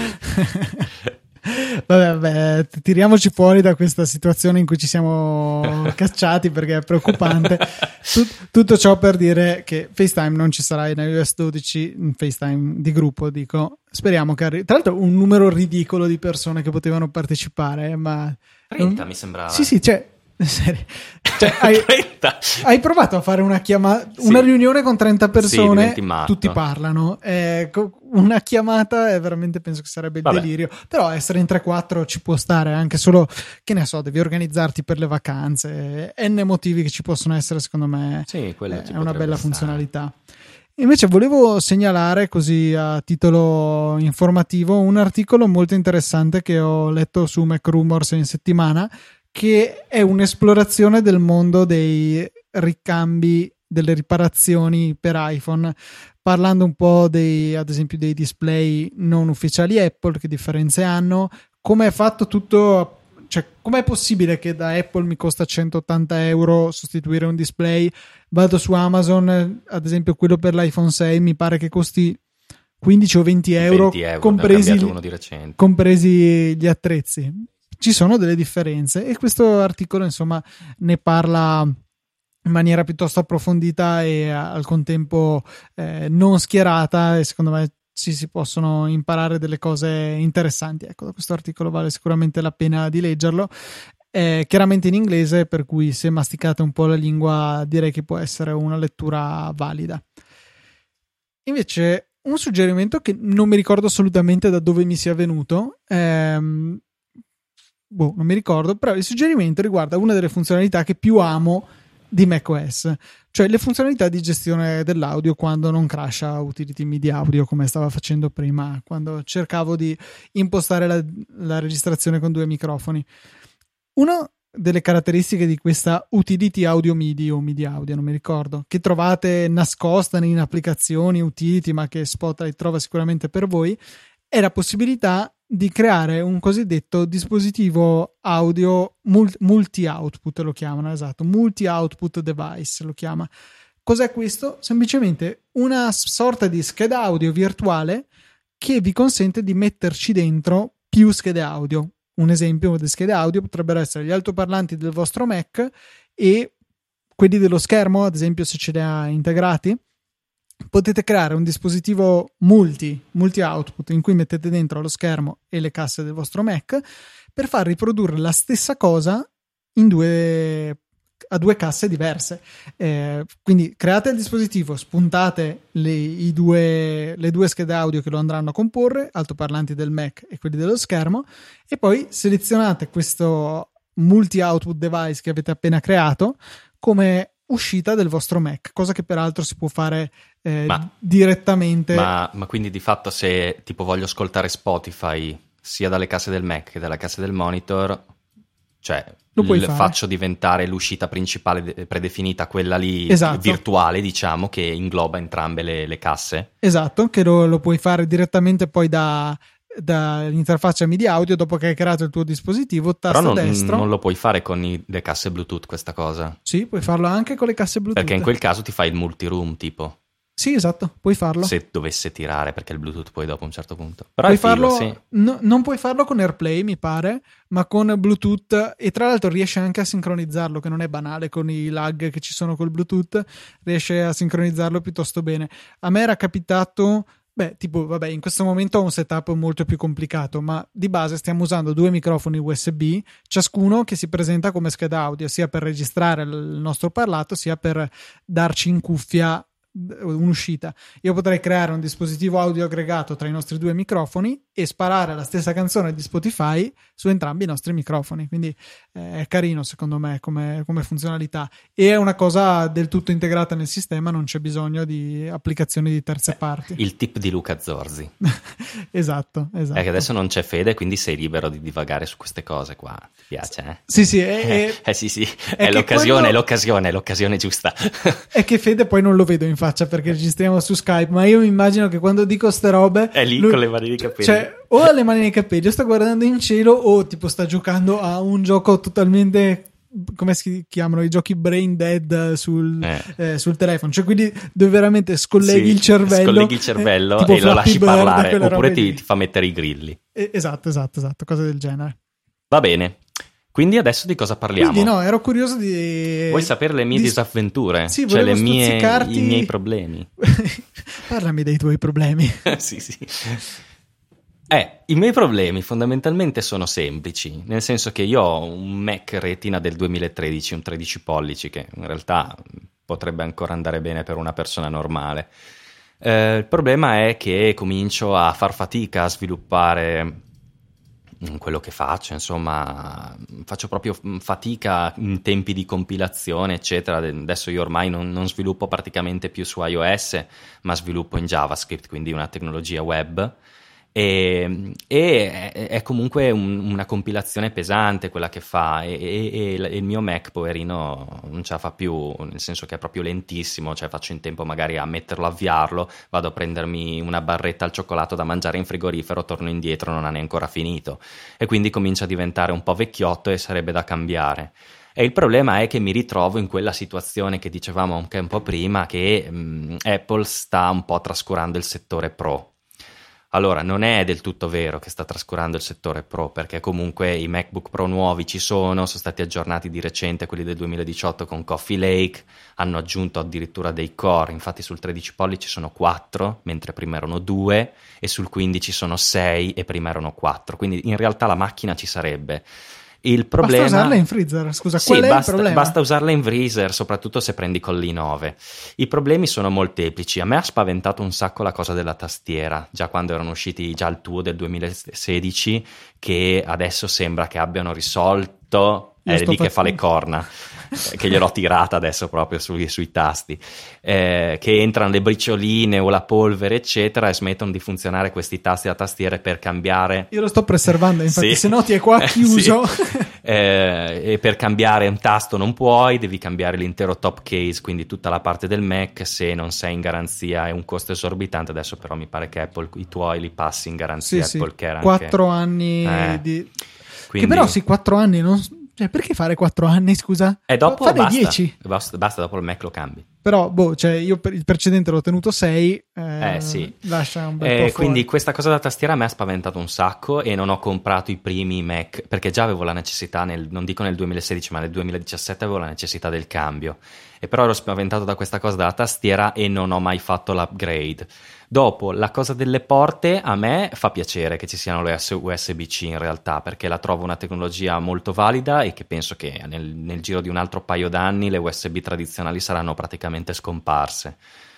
Vabbè, tiriamoci fuori da questa situazione in cui ci siamo cacciati, perché è preoccupante. Tutto ciò per dire che FaceTime non ci sarà in iOS 12, in FaceTime di gruppo, dico. Speriamo che arrivi. Tra l'altro un numero ridicolo di persone che potevano partecipare, ma 30 mi sembrava. Sì, cioè hai provato a fare una chiamata, una riunione con 30 persone, tutti parlano, una chiamata è veramente, penso che sarebbe il delirio. Però essere in 3-4 ci può stare, anche solo, che ne so, devi organizzarti per le vacanze, n motivi che ci possono essere, secondo me. Sì, è una bella funzionalità. Invece volevo segnalare, così a titolo informativo, un articolo molto interessante che ho letto su Mac Rumors in settimana, che è un'esplorazione del mondo dei ricambi, delle riparazioni per iPhone, parlando un po' ad esempio dei display non ufficiali Apple, che differenze hanno, come è fatto tutto, cioè com'è possibile che da Apple mi costa 180 euro sostituire un display, vado su Amazon, ad esempio quello per l'iPhone 6 mi pare che costi 15 o 20 euro, compresi gli attrezzi. Ci sono delle differenze e questo articolo insomma ne parla in maniera piuttosto approfondita e al contempo non schierata, e secondo me si possono imparare delle cose interessanti. Ecco, da questo articolo vale sicuramente la pena di leggerlo. Chiaramente in inglese, per cui se masticate un po' la lingua direi che può essere una lettura valida. Invece un suggerimento che non mi ricordo assolutamente da dove mi sia venuto, non mi ricordo, però il suggerimento riguarda una delle funzionalità che più amo di macOS, cioè le funzionalità di gestione dell'audio quando non crasha Utility Media Audio, come stava facendo prima quando cercavo di impostare la registrazione con 2 microfoni. Una delle caratteristiche di questa Utility Audio MIDI o Media Audio, non mi ricordo, che trovate nascosta in applicazioni Utility, ma che Spotlight trova sicuramente per voi, è la possibilità di creare un cosiddetto dispositivo audio multi-output, lo chiamano, esatto, multi-output device lo chiama. Cos'è questo? Semplicemente una sorta di scheda audio virtuale che vi consente di metterci dentro più schede audio. Un esempio di schede audio potrebbero essere gli altoparlanti del vostro Mac e quelli dello schermo, ad esempio se ce li ha integrati. Potete creare un dispositivo multi-output in cui mettete dentro lo schermo e le casse del vostro Mac per far riprodurre la stessa cosa a 2 casse diverse. Quindi create il dispositivo, spuntate le due schede audio che lo andranno a comporre, altoparlanti del Mac e quelli dello schermo, e poi selezionate questo multi-output device che avete appena creato come uscita del vostro Mac, cosa che peraltro si può fare direttamente. Ma quindi di fatto se tipo voglio ascoltare Spotify sia dalle casse del Mac che dalla cassa del monitor, cioè lo puoi fare. Faccio diventare l'uscita principale predefinita, quella lì esatto. virtuale, diciamo, che ingloba entrambe le casse. Esatto, che lo puoi fare direttamente poi dall'interfaccia MIDI audio dopo che hai creato il tuo dispositivo, tasto destro. Non lo puoi fare con le casse Bluetooth questa cosa. Sì, puoi farlo anche con le casse Bluetooth. Perché in quel caso ti fai il multiroom tipo. Sì, esatto, puoi farlo. Se dovesse tirare, perché il Bluetooth poi dopo un certo punto. Però puoi è figo, farlo, sì. non puoi farlo con AirPlay, mi pare, ma con Bluetooth, e tra l'altro riesce anche a sincronizzarlo, che non è banale con i lag che ci sono col Bluetooth, riesce a sincronizzarlo piuttosto bene. A me era capitato... in questo momento ho un setup molto più complicato, ma di base stiamo usando 2 microfoni USB, ciascuno che si presenta come scheda audio, sia per registrare il nostro parlato, sia per darci in cuffia un'uscita. Io potrei creare un dispositivo audio aggregato tra i nostri 2 microfoni e sparare la stessa canzone di Spotify su entrambi i nostri microfoni, quindi è carino secondo me come funzionalità, e è una cosa del tutto integrata nel sistema, non c'è bisogno di applicazioni di terze parti. Il tip di Luca Zorzi. esatto. È che adesso non c'è Fede, quindi sei libero di divagare su queste cose qua. Ti piace, eh? Sì, sì, è l'occasione giusta. È che Fede poi non lo vedo in faccia perché registriamo su Skype, ma io mi immagino che quando dico ste robe è lì con le mani nei capelli, cioè o ha le mani nei capelli o sta guardando in cielo o tipo sta giocando a un gioco totalmente, come si chiamano i giochi brain dead sul telefono, cioè quindi dove veramente scolleghi il cervello e lo lasci parlare, oppure ti fa mettere i grilli. Esatto, cose del genere. Va bene. Quindi adesso di cosa parliamo? Quindi no, ero curioso di... Vuoi sapere le mie disavventure? Sì, cioè i miei problemi. Parlami dei tuoi problemi. Sì. I miei problemi fondamentalmente sono semplici, nel senso che io ho un Mac Retina del 2013, un 13 pollici, che in realtà potrebbe ancora andare bene per una persona normale. Il problema è che comincio a far fatica a sviluppare quello che faccio, insomma faccio proprio fatica in tempi di compilazione eccetera. Adesso io ormai non sviluppo praticamente più su iOS, ma sviluppo in JavaScript, quindi una tecnologia web, e è comunque una compilazione pesante quella che fa, e il mio Mac poverino non ce la fa più, nel senso che è proprio lentissimo, cioè faccio in tempo magari a metterlo, avviarlo, vado a prendermi una barretta al cioccolato da mangiare in frigorifero, torno indietro, non ha neanche ancora finito, e quindi comincia a diventare un po' vecchiotto e sarebbe da cambiare. E il problema è che mi ritrovo in quella situazione che dicevamo anche un po' prima, che Apple sta un po' trascurando il settore pro. Allora, non è del tutto vero che sta trascurando il settore pro, perché comunque i MacBook Pro nuovi sono stati aggiornati di recente, quelli del 2018 con Coffee Lake, hanno aggiunto addirittura dei core, infatti sul 13 pollici sono 4, mentre prima erano 2, e sul 15 sono 6 e prima erano 4, quindi in realtà la macchina ci sarebbe. Il problema... Basta usarla in freezer, scusa, sì, qual è il problema? Basta usarla in freezer, soprattutto se prendi con l'i9. I problemi sono molteplici. A me ha spaventato un sacco la cosa della tastiera, già quando erano usciti già il tuo del 2016, che adesso sembra che abbiano risolto... È lì che fa le corna, che gliel'ho tirata adesso proprio sui tasti, che entrano le bricioline o la polvere eccetera e smettono di funzionare questi tasti da tastiere per cambiare. Io lo sto preservando, infatti, sì. Se no ti è qua chiuso. Sì. E per cambiare un tasto non puoi, devi cambiare l'intero top case, quindi tutta la parte del Mac. Se non sei in garanzia è un costo esorbitante. Adesso però mi pare che Apple i tuoi li passi in garanzia, sì, Apple sì. che era 4 anni di... Quindi... Che però sì, 4 anni non... Cioè, perché fare 4 anni, scusa? E dopo fare basta, 10. Basta, dopo il Mac lo cambi. Però, cioè io il precedente l'ho tenuto 6, sì. Lascia un bel po' quindi questa cosa da tastiera a me ha spaventato un sacco, e non ho comprato i primi Mac, perché già avevo la necessità, non dico nel 2016, ma nel 2017 avevo la necessità del cambio. E però ero spaventato da questa cosa della tastiera e non ho mai fatto l'upgrade. Dopo, la cosa delle porte, a me fa piacere che ci siano le USB-C in realtà, perché la trovo una tecnologia molto valida e che penso che nel giro di un altro paio d'anni le USB tradizionali saranno praticamente scomparse.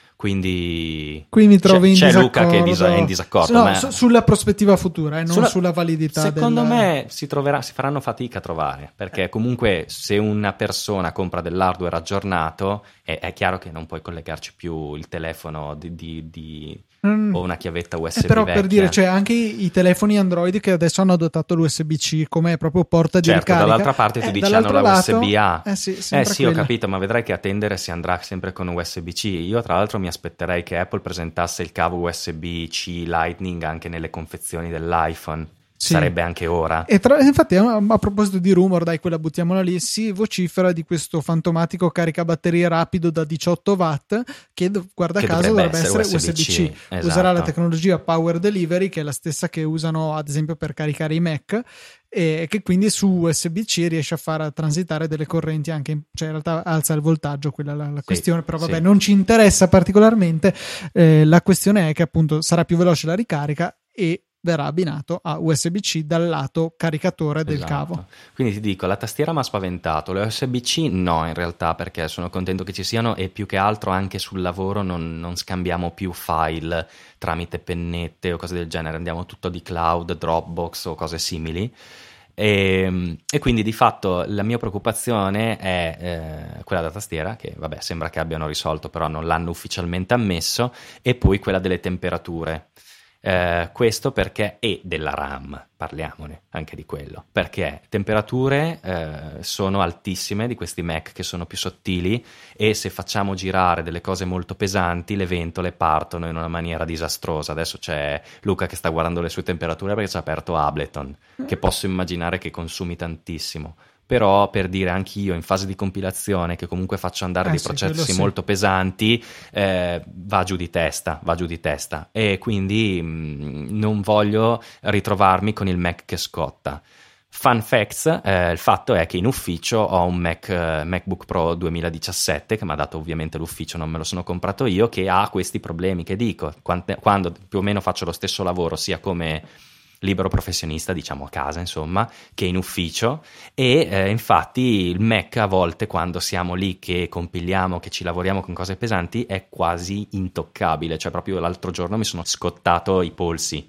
Quindi qui mi trovi c'è Luca che è in disaccordo. No, sulla prospettiva futura, non sulla validità. Secondo me si faranno fatica a trovare, perché comunque se una persona compra dell'hardware aggiornato è chiaro che non puoi collegarci più il telefono di o una chiavetta USB però vecchia. per dire, cioè anche i telefoni Android che adesso hanno adottato l'USB-C come proprio porta di ricarica. Dall'altra parte tu dici hanno la USB-A. Sì, ho capito, ma vedrai che a tendere si andrà sempre con USB-C. Io tra l'altro mi aspetterei che Apple presentasse il cavo USB-C Lightning anche nelle confezioni dell'iPhone. Sì. Sarebbe anche ora. E infatti, a proposito di rumor, dai, quella buttiamola lì, si vocifera di questo fantomatico caricabatterie rapido da 18 watt che guarda caso dovrebbe essere USB-C. Esatto. Userà la tecnologia Power Delivery, che è la stessa che usano ad esempio per caricare i Mac, e che quindi su USB-C riesce a far transitare delle correnti anche, cioè in realtà alza il voltaggio, quella è la questione, però vabbè, non ci interessa particolarmente. La questione è che appunto sarà più veloce la ricarica e verrà abbinato a USB-C dal lato caricatore del cavo. Quindi ti dico, la tastiera mi ha spaventato, le USB-C no in realtà, perché sono contento che ci siano, e più che altro anche sul lavoro non scambiamo più file tramite pennette o cose del genere, andiamo tutto di cloud, Dropbox o cose simili. E quindi di fatto la mia preoccupazione è quella della tastiera, che vabbè sembra che abbiano risolto, però non l'hanno ufficialmente ammesso, e poi quella delle temperature. Questo perché, e della RAM, parliamone anche di quello, perché temperature sono altissime di questi Mac che sono più sottili, e se facciamo girare delle cose molto pesanti le ventole partono in una maniera disastrosa. Adesso c'è Luca che sta guardando le sue temperature perché ci ha aperto Ableton, che posso immaginare che consumi tantissimo. Però per dire, anch'io in fase di compilazione, che comunque faccio andare dei processi molto pesanti, va giù di testa, e quindi non voglio ritrovarmi con il Mac che scotta. Fun facts, il fatto è che in ufficio ho un MacBook Pro 2017 che mi ha dato ovviamente l'ufficio, non me lo sono comprato io, che ha questi problemi che dico, quando più o meno faccio lo stesso lavoro sia come libero professionista, diciamo a casa insomma, che in ufficio, e infatti il Mac a volte, quando siamo lì che compiliamo, che ci lavoriamo con cose pesanti, è quasi intoccabile. Cioè proprio l'altro giorno mi sono scottato i polsi,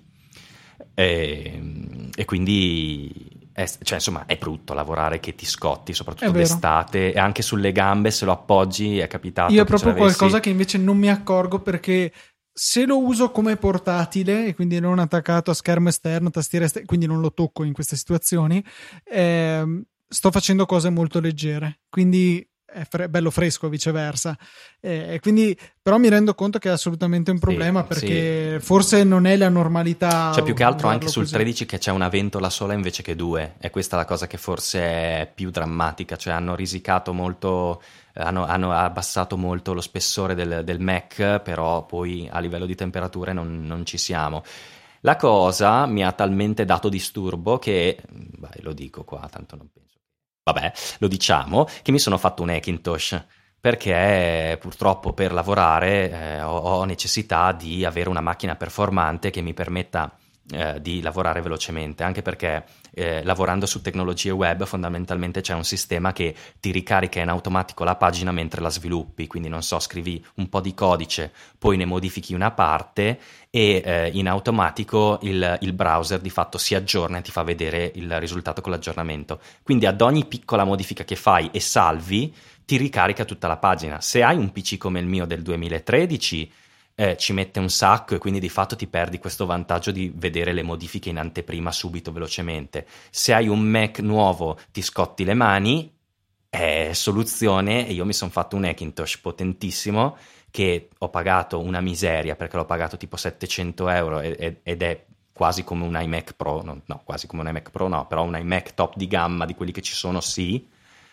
e quindi cioè insomma è brutto lavorare che ti scotti, soprattutto d'estate, e anche sulle gambe se lo appoggi. È capitato. Io è proprio qualcosa che invece non mi accorgo, perché se lo uso come portatile e quindi non attaccato a schermo esterno, tastiera esterna, quindi non lo tocco in queste situazioni, sto facendo cose molto leggere, quindi è bello fresco, viceversa. Quindi però mi rendo conto che è assolutamente un problema, perché forse non è la normalità. Cioè più che altro anche sul 13 che c'è una ventola sola invece che due, e questa è la cosa che forse è più drammatica. Cioè hanno risicato molto, hanno abbassato molto lo spessore del Mac, però poi a livello di temperature non ci siamo. La cosa mi ha talmente dato disturbo che, lo dico qua, tanto non penso. Vabbè, lo diciamo, che mi sono fatto un Hackintosh, perché purtroppo per lavorare ho necessità di avere una macchina performante che mi permetta di lavorare velocemente, anche perché lavorando su tecnologie web fondamentalmente c'è un sistema che ti ricarica in automatico la pagina mentre la sviluppi, quindi non so, scrivi un po' di codice, poi ne modifichi una parte e in automatico il browser di fatto si aggiorna e ti fa vedere il risultato con l'aggiornamento. Quindi ad ogni piccola modifica che fai e salvi ti ricarica tutta la pagina. Se hai un PC come il mio del 2013 ci mette un sacco, e quindi di fatto ti perdi questo vantaggio di vedere le modifiche in anteprima subito, velocemente. Se hai un Mac nuovo ti scotti le mani, è soluzione. E io mi sono fatto un Hackintosh potentissimo che ho pagato una miseria, perché l'ho pagato tipo 700 euro ed è quasi come un iMac Pro, no, quasi come un iMac Pro no, però un iMac top di gamma di quelli che ci sono, sì.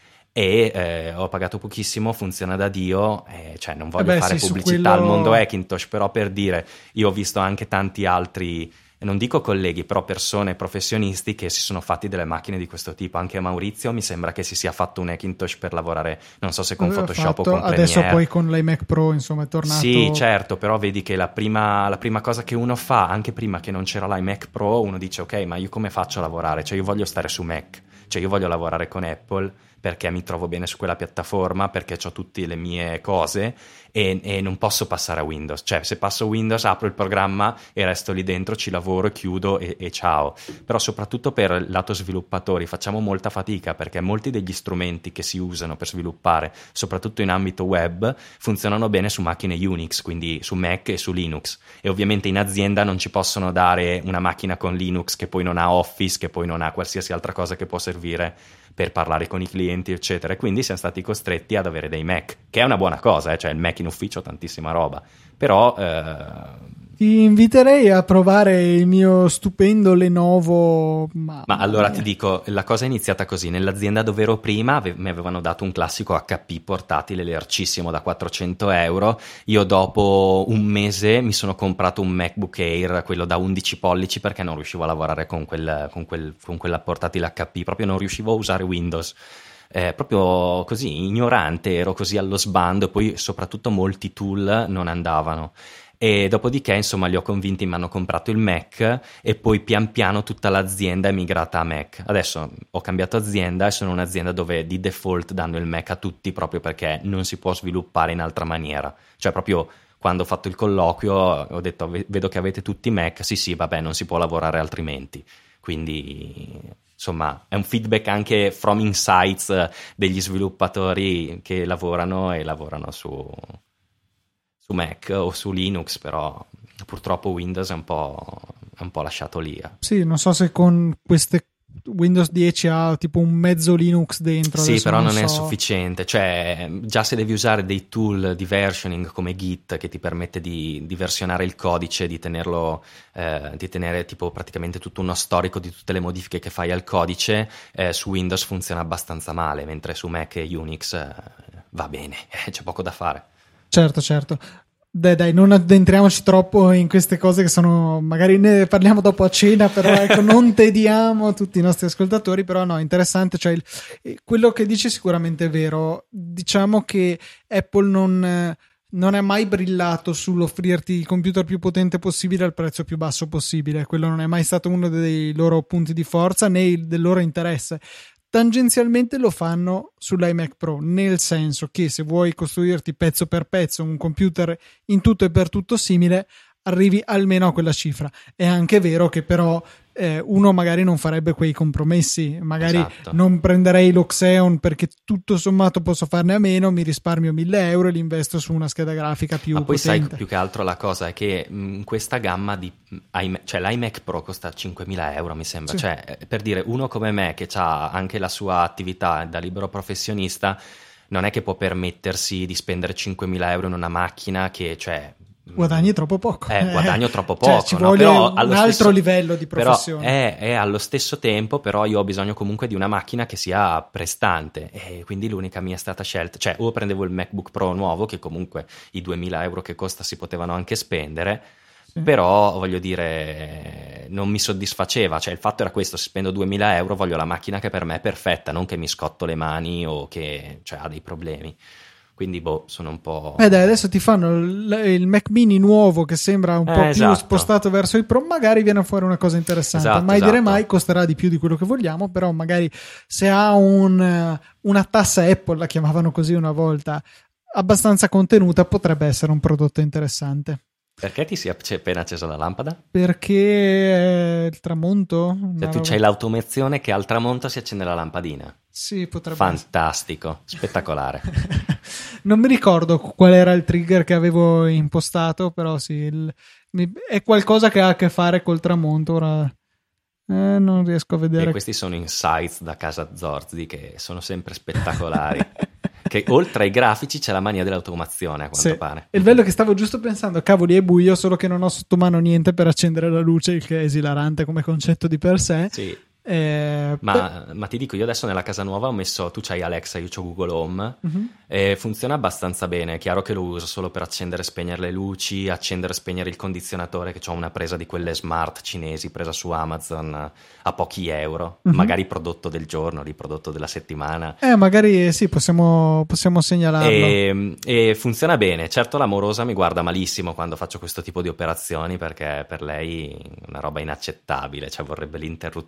E ho pagato pochissimo, funziona da Dio, cioè non voglio fare pubblicità al mondo Hackintosh, però per dire, io ho visto anche tanti altri, non dico colleghi, però persone, professionisti che si sono fatti delle macchine di questo tipo. Anche Maurizio mi sembra che si sia fatto un Hackintosh per lavorare, non so se con Photoshop o con Premiere. Adesso poi con l'iMac Pro insomma è tornato. Sì, certo, però vedi che la prima cosa che uno fa, anche prima che non c'era l'iMac Pro, uno dice ok, ma io come faccio a lavorare? Cioè io voglio stare su Mac. cioè io voglio lavorare con Apple perché mi trovo bene su quella piattaforma, perché ho tutte le mie cose e non posso passare a Windows. Cioè, se passo Windows apro il programma e resto lì dentro, ci lavoro, chiudo e ciao. Però soprattutto per il lato sviluppatori facciamo molta fatica, perché molti degli strumenti che si usano per sviluppare, soprattutto in ambito web, funzionano bene su macchine Unix, quindi su Mac e su Linux. E ovviamente in azienda non ci possono dare una macchina con Linux che poi non ha Office, che poi non ha qualsiasi altra cosa che può servire per parlare con i clienti, eccetera. E quindi siamo stati costretti ad avere dei Mac, che è una buona cosa, cioè il Mac in ufficio tantissima roba, però ti inviterei a provare il mio stupendo Lenovo. Ma allora ti dico, la cosa è iniziata così. Nell'azienda dove ero prima mi avevano dato un classico HP portatile lercissimo da 400 euro. Io dopo un mese mi sono comprato un MacBook Air, quello da 11 pollici, perché non riuscivo a lavorare con quella portatile HP, proprio non riuscivo a usare Windows. Proprio così, ignorante, ero così allo sbando, e poi soprattutto molti tool non andavano. E dopodiché, insomma, li ho convinti, mi hanno comprato il Mac e poi pian piano tutta l'azienda è migrata a Mac. Adesso ho cambiato azienda e sono un'azienda dove di default danno il Mac a tutti, proprio perché non si può sviluppare in altra maniera. Cioè, proprio quando ho fatto il colloquio ho detto: vedo che avete tutti Mac. Sì, vabbè, non si può lavorare altrimenti. Quindi, insomma, è un feedback anche from insights degli sviluppatori che lavorano su Mac o su Linux, però purtroppo Windows è un po' lasciato lì. Sì, non so se con queste Windows 10 ha tipo un mezzo Linux dentro. Sì, però non è sufficiente. Cioè, già se devi usare dei tool di versioning come Git, che ti permette di versionare il codice, di tenerlo, di tenere tipo praticamente tutto uno storico di tutte le modifiche che fai al codice, su Windows funziona abbastanza male, mentre su Mac e Unix va bene, c'è poco da fare. Certo. Dai, non addentriamoci troppo in queste cose che sono, magari ne parliamo dopo a cena, però ecco, non tediamo tutti i nostri ascoltatori. Però no, interessante, cioè quello che dici sicuramente è vero. Diciamo che Apple non è mai brillato sull'offrirti il computer più potente possibile al prezzo più basso possibile. Quello non è mai stato uno dei loro punti di forza né del loro interesse. Tangenzialmente lo fanno sull'iMac Pro, nel senso che se vuoi costruirti pezzo per pezzo un computer in tutto e per tutto simile, arrivi almeno a quella cifra. È anche vero che però uno magari non farebbe quei compromessi, magari non prenderei lo Xeon perché tutto sommato posso farne a meno, mi risparmio 1.000 euro e li investo su una scheda grafica più potente. Ma poi sai, più che altro la cosa è che in questa gamma di cioè l'iMac Pro costa 5.000 euro mi sembra, sì. Cioè per dire, uno come me che ha anche la sua attività da libero professionista non è che può permettersi di spendere 5.000 euro in una macchina che, cioè, guadagni troppo poco. Guadagno troppo poco, cioè, ci vuole però un altro livello di professione. Però è allo stesso tempo, però io ho bisogno comunque di una macchina che sia prestante, e quindi l'unica mia è stata scelta, cioè o prendevo il MacBook Pro nuovo, che comunque i 2.000 euro che costa si potevano anche spendere, sì. Però voglio dire, non mi soddisfaceva, cioè il fatto era questo: se spendo 2.000 euro voglio la macchina che per me è perfetta, non che mi scotto le mani o che, cioè, ha dei problemi. Quindi sono un po'... dai, adesso ti fanno il Mac Mini nuovo che sembra un po' più spostato verso il Pro, magari viene fuori una cosa interessante. Mai dire mai, costerà di più di quello che vogliamo, però magari se ha una tassa Apple, la chiamavano così una volta, abbastanza contenuta, potrebbe essere un prodotto interessante. Perché ti si è appena accesa la lampada? Perché il tramonto? Cioè tu c'hai l'automazione che al tramonto si accende la lampadina. Sì, potrebbe fantastico, spettacolare. Non mi ricordo qual era il trigger che avevo impostato, però sì, è qualcosa che ha a che fare col tramonto. Ora non riesco a vedere. E questi sono insights da casa Zorzi che sono sempre spettacolari. Che oltre ai grafici c'è la mania dell'automazione, a quanto pare. E il bello è che stavo giusto pensando, cavoli, è buio, solo che non ho sotto mano niente per accendere la luce, il che è esilarante come concetto di per sé. Sì. Ma ti dico, io adesso nella casa nuova ho messo, tu c'hai Alexa, io c'ho Google Home, e funziona abbastanza bene. È chiaro che lo uso solo per accendere e spegnere le luci, accendere e spegnere il condizionatore, che ho una presa di quelle smart cinesi presa su Amazon a pochi euro, magari prodotto del giorno, di prodotto della settimana. Magari sì, possiamo segnalarlo. E funziona bene. Certo, l'amorosa mi guarda malissimo quando faccio questo tipo di operazioni, perché per lei è una roba inaccettabile, cioè vorrebbe l'interruttore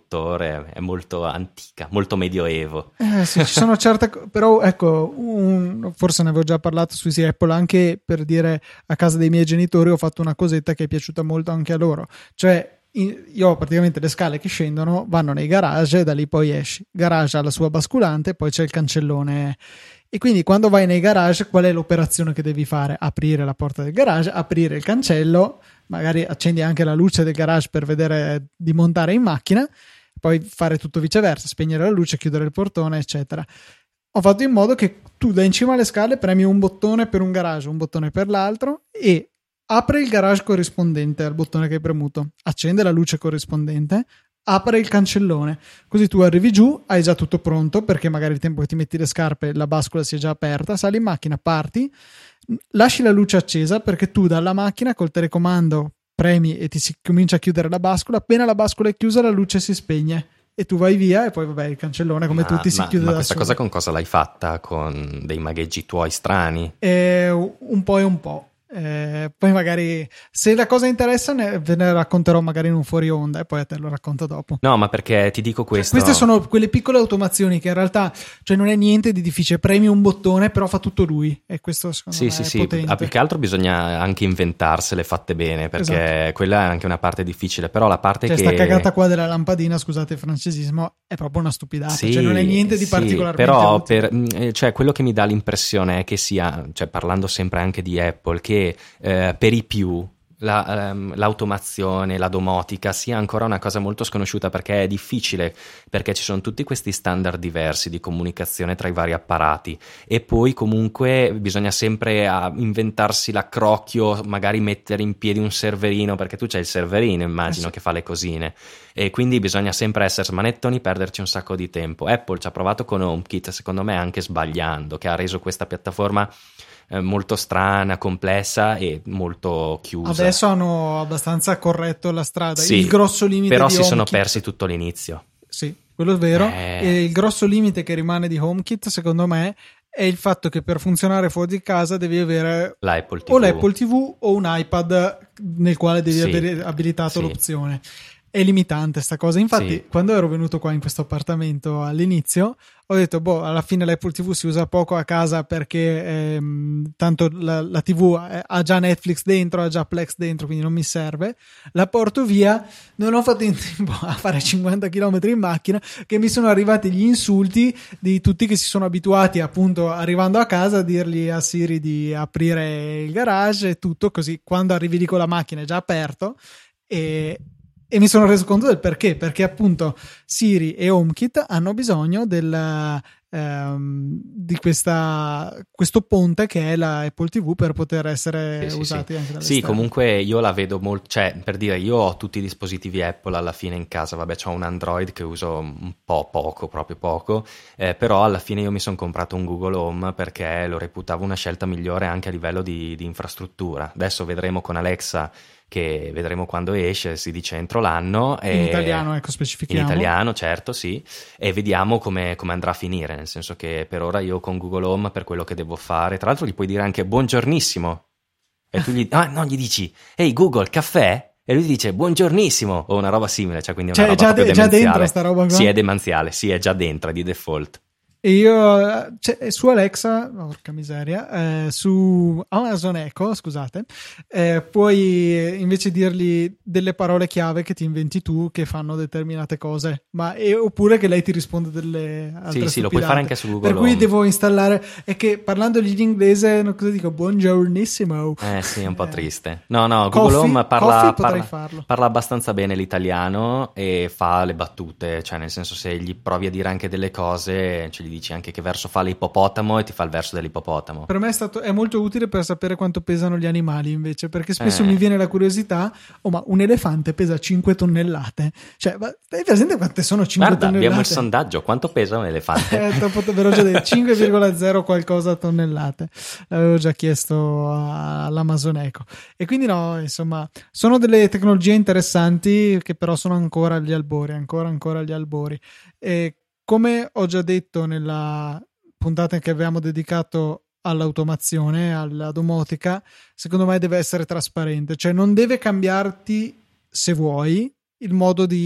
è molto antica, molto medioevo. Sì, ci sono certe però ecco, forse ne avevo già parlato su Easy Apple, anche per dire, a casa dei miei genitori ho fatto una cosetta che è piaciuta molto anche a loro, cioè io ho praticamente le scale che scendono, vanno nei garage e da lì poi esci. Garage ha la sua basculante, poi c'è il cancellone. E quindi quando vai nei garage, qual è l'operazione che devi fare? Aprire la porta del garage, aprire il cancello, magari accendi anche la luce del garage per vedere di montare in macchina, poi fare tutto viceversa, spegnere la luce, chiudere il portone, eccetera. Ho fatto in modo che tu da in cima alle scale premi un bottone per un garage, un bottone per l'altro e apre il garage corrispondente al bottone che hai premuto, accende la luce corrispondente, apre il cancellone, così tu arrivi giù, hai già tutto pronto, perché magari il tempo che ti metti le scarpe la bascula si è già aperta, sali in macchina, parti, lasci la luce accesa perché tu dalla macchina col telecomando premi e ti si comincia a chiudere la bascula, appena la bascula è chiusa la luce si spegne e tu vai via e poi vabbè il cancellone come tutti si chiude da questa solo. cosa con cosa l'hai fatta? Con dei magheggi tuoi strani? Un po' e un po'. Poi magari se la cosa interessa ve ne racconterò magari in un fuori onda e poi a te lo racconto dopo. No, ma perché ti dico questo, queste sono quelle piccole automazioni che in realtà, cioè, non è niente di difficile, premi un bottone però fa tutto lui e questo secondo me è potente. Più che altro bisogna anche inventarsele fatte bene, perché esatto. Quella è anche una parte difficile, però la parte cioè, che sta cagata qua della lampadina, scusate il francesismo, è proprio una stupidata, cioè non è niente di particolarmente però utile. cioè, quello che mi dà l'impressione è che sia, cioè, parlando sempre anche di Apple, che per i più l'automazione, la domotica sia ancora una cosa molto sconosciuta, perché è difficile, perché ci sono tutti questi standard diversi di comunicazione tra i vari apparati e poi comunque bisogna sempre inventarsi l'accrocchio, magari mettere in piedi un serverino, perché tu c'hai il serverino, immagino, che fa le cosine, e quindi bisogna sempre essere smanettoni, perderci un sacco di tempo. Apple ci ha provato con HomeKit, secondo me anche sbagliando, che ha reso questa piattaforma molto strana, complessa e molto chiusa. Adesso hanno abbastanza corretto la strada. Sì, il grosso limite però di si sono HomeKit, persi tutto l'inizio. Sì, quello è vero. E il grosso limite che rimane di HomeKit, secondo me, è il fatto che per funzionare fuori di casa devi avere l'Apple TV. O l'Apple TV o un iPad nel quale devi avere abilitato l'opzione. È limitante sta cosa. Infatti, quando ero venuto qua in questo appartamento all'inizio, ho detto, alla fine l'Apple TV si usa poco a casa perché tanto la TV ha già Netflix dentro, ha già Plex dentro, quindi non mi serve. La porto via. Non ho fatto in tempo a fare 50 km in macchina che mi sono arrivati gli insulti di tutti che si sono abituati, appunto, arrivando a casa a dirgli a Siri di aprire il garage e tutto, così quando arrivi lì con la macchina è già aperto. E mi sono reso conto del perché appunto Siri e HomeKit hanno bisogno di questo ponte che è la Apple TV per poter essere usati anche dall'esterno. Sì, comunque io la vedo molto, cioè, per dire, io ho tutti i dispositivi Apple alla fine in casa, vabbè, c'ho un Android che uso un po' poco, proprio poco, però alla fine io mi sono comprato un Google Home perché lo reputavo una scelta migliore anche a livello di infrastruttura. Adesso vedremo con Alexa, che vedremo quando esce, si dice entro l'anno. In italiano, ecco, specifichiamo. In italiano, certo, sì, e vediamo come andrà a finire, nel senso che per ora io con Google Home, per quello che devo fare, tra l'altro gli puoi dire anche buongiornissimo, e tu gli dici, ehi Google, caffè? E lui ti dice buongiornissimo, o una roba simile, cioè quindi una roba proprio demenziale. Già dentro sta roba qua? Sì, è demenziale, sì, è già dentro, è di default. E io su Alexa, porca miseria, su Amazon Echo, scusate, puoi invece dirgli delle parole chiave che ti inventi tu che fanno determinate cose, oppure che lei ti risponde delle altre stupidate. Sì, lo puoi fare anche su Google Per cui Home. devo installare, è che parlandogli in inglese, cosa dico? Buongiornissimo. Sì, è un po' triste. No, Google Home parla abbastanza bene l'italiano e fa le battute, cioè nel senso, se gli provi a dire anche delle cose, gli dici anche che verso fa l'ippopotamo e ti fa il verso dell'ippopotamo. Per me è molto utile per sapere quanto pesano gli animali, invece, perché spesso mi viene la curiosità, ma un elefante pesa 5 tonnellate, cioè, hai presente quante sono 5 tonnellate? Abbiamo il sondaggio, quanto pesa un elefante? Ve l'ho già detto, 5,0 qualcosa tonnellate, l'avevo già chiesto all'Amazon Echo. E quindi no, insomma, sono delle tecnologie interessanti che però sono ancora agli albori, ancora agli albori. E come ho già detto nella puntata che avevamo dedicato all'automazione, alla domotica, secondo me deve essere trasparente, cioè non deve cambiarti, se vuoi, il modo di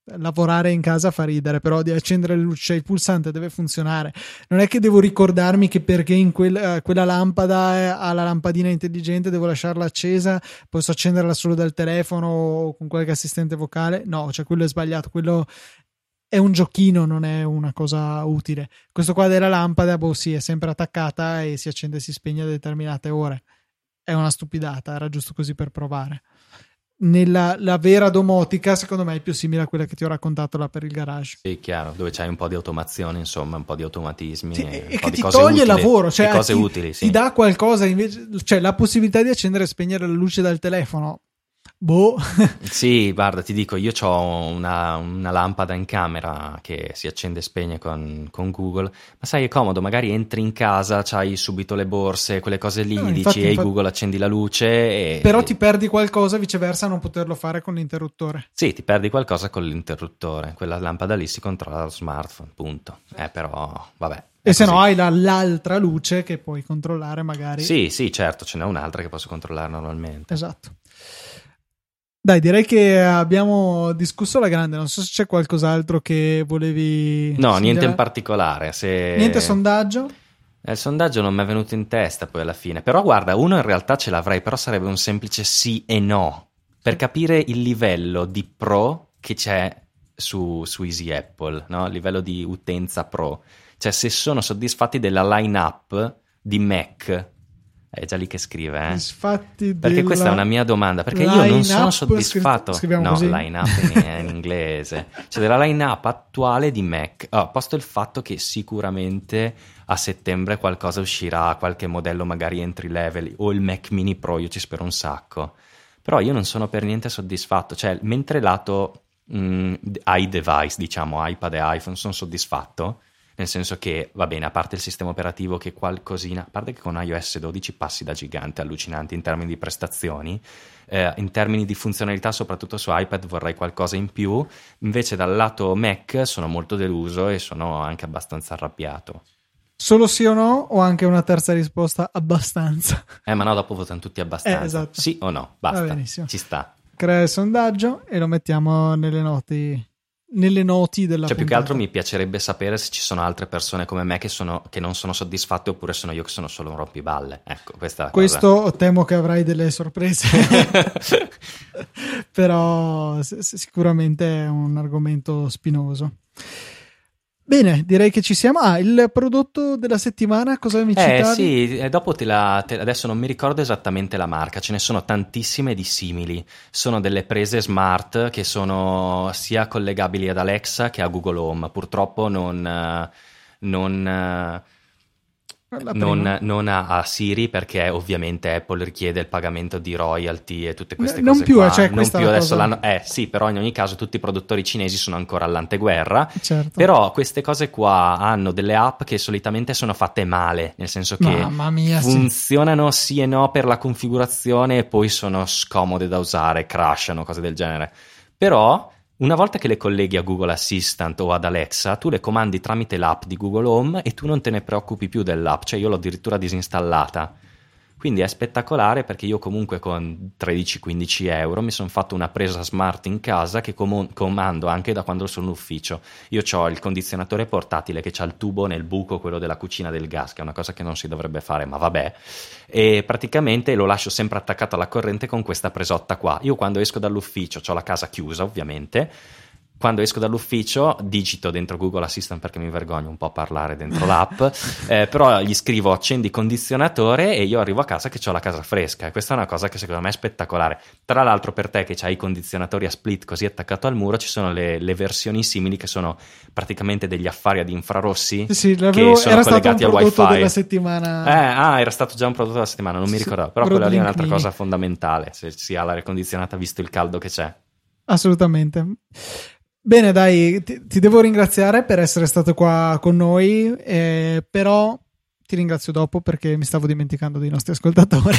lavorare in casa fa ridere, però di accendere le luci, il pulsante deve funzionare. Non è che devo ricordarmi che perché in quella lampada ha la lampadina intelligente devo lasciarla accesa, posso accenderla solo dal telefono o con qualche assistente vocale. No, cioè quello è sbagliato, quello è un giochino, non è una cosa utile. Questo qua della lampada, sì, è sempre attaccata e si accende e si spegne a determinate ore. È una stupidata, era giusto così per provare. La vera domotica secondo me è più simile a quella che ti ho raccontato là per il garage. Sì, chiaro, dove c'hai un po' di automazione, insomma, un po' di automatismi, sì, e che ti toglie lavoro, cioè cose utili, sì. Ti dà qualcosa invece, cioè la possibilità di accendere e spegnere la luce dal telefono. Boh. Sì, guarda, ti dico, io ho una lampada in camera che si accende e spegne con Google, ma sai, è comodo, magari entri in casa, c'hai subito le borse, quelle cose lì, gli dici ehi Google accendi la luce però ti perdi qualcosa viceversa a non poterlo fare con l'interruttore. Sì, ti perdi qualcosa con l'interruttore, quella lampada lì si controlla dallo smartphone, punto. Però, vabbè. E se no hai l'altra luce che puoi controllare magari. Sì, certo, ce n'è un'altra che posso controllare normalmente. Esatto. Dai, direi che abbiamo discusso alla grande. Non so se c'è qualcos'altro che volevi. No, niente in particolare. Niente sondaggio? Il sondaggio non mi è venuto in testa poi alla fine. Però guarda, uno in realtà ce l'avrei, però sarebbe un semplice sì e no. Per capire il livello di pro che c'è su Easy Apple, no? Il livello di utenza pro. Cioè se sono soddisfatti della line-up di Mac. È già lì che scrive, perché questa è una mia domanda, perché io non sono soddisfatto. Scriviamo no, così. Line-up in inglese, cioè della line-up attuale di Mac, posto il fatto che sicuramente a settembre qualcosa uscirà, qualche modello magari entry level o il Mac Mini Pro, io ci spero un sacco, però io non sono per niente soddisfatto, cioè mentre lato iDevice, diciamo iPad e iPhone, sono soddisfatto. Nel senso che, va bene, a parte il sistema operativo che qualcosina, a parte che con iOS 12 passi da gigante, allucinanti in termini di prestazioni, in termini di funzionalità, soprattutto su iPad vorrei qualcosa in più, invece dal lato Mac sono molto deluso e sono anche abbastanza arrabbiato. Solo sì o no, o anche una terza risposta abbastanza? Ma no, dopo votano tutti abbastanza. Esatto. Sì o no, basta, va benissimo. Ci sta. Crea il sondaggio e lo mettiamo nelle noti della più puntata. che altro mi piacerebbe sapere se ci sono altre persone come me che non sono soddisfatte, oppure sono io che sono solo un rompiballe. Ecco, questa è la cosa. Temo che avrai delle sorprese. Però sicuramente è un argomento spinoso. Bene, direi che ci siamo. Il prodotto della settimana, cosa mi citavi? Sì, dopo adesso non mi ricordo esattamente la marca, ce ne sono tantissime di simili. Sono delle prese smart che sono sia collegabili ad Alexa che a Google Home. Purtroppo non a Siri, perché ovviamente Apple richiede il pagamento di royalty e tutte queste cose qua. Non più adesso l'hanno. Sì, però in ogni caso tutti i produttori cinesi sono ancora all'anteguerra. Certo. Però queste cose qua hanno delle app che solitamente sono fatte male, nel senso che funzionano sì e no per la configurazione e poi sono scomode da usare, crashano, cose del genere. Però una volta che le colleghi a Google Assistant o ad Alexa, tu le comandi tramite l'app di Google Home e tu non te ne preoccupi più dell'app, cioè io l'ho addirittura disinstallata. Quindi è spettacolare, perché io comunque con 13-15 euro mi sono fatto una presa smart in casa che comando anche da quando sono in ufficio. Io ho il condizionatore portatile che c'ha il tubo nel buco, quello della cucina del gas, che è una cosa che non si dovrebbe fare, ma vabbè. E praticamente lo lascio sempre attaccato alla corrente con questa presotta qua. Io quando esco dall'ufficio, ho la casa chiusa ovviamente, quando esco dall'ufficio digito dentro Google Assistant, perché mi vergogno un po' a parlare dentro l'app, però gli scrivo accendi condizionatore e io arrivo a casa che ho la casa fresca, e questa è una cosa che secondo me è spettacolare. Tra l'altro, per te che hai i condizionatori a split così attaccato al muro, ci sono le versioni simili che sono praticamente degli affari ad infrarossi, che sono collegati al wifi. Della settimana. Era stato già un prodotto della settimana, non mi ricordavo, però quella lì è un'altra cosa fondamentale, se si ha l'aria condizionata visto il caldo che c'è. Assolutamente. Bene, dai, ti devo ringraziare per essere stato qua con noi, però ti ringrazio dopo, perché mi stavo dimenticando dei nostri ascoltatori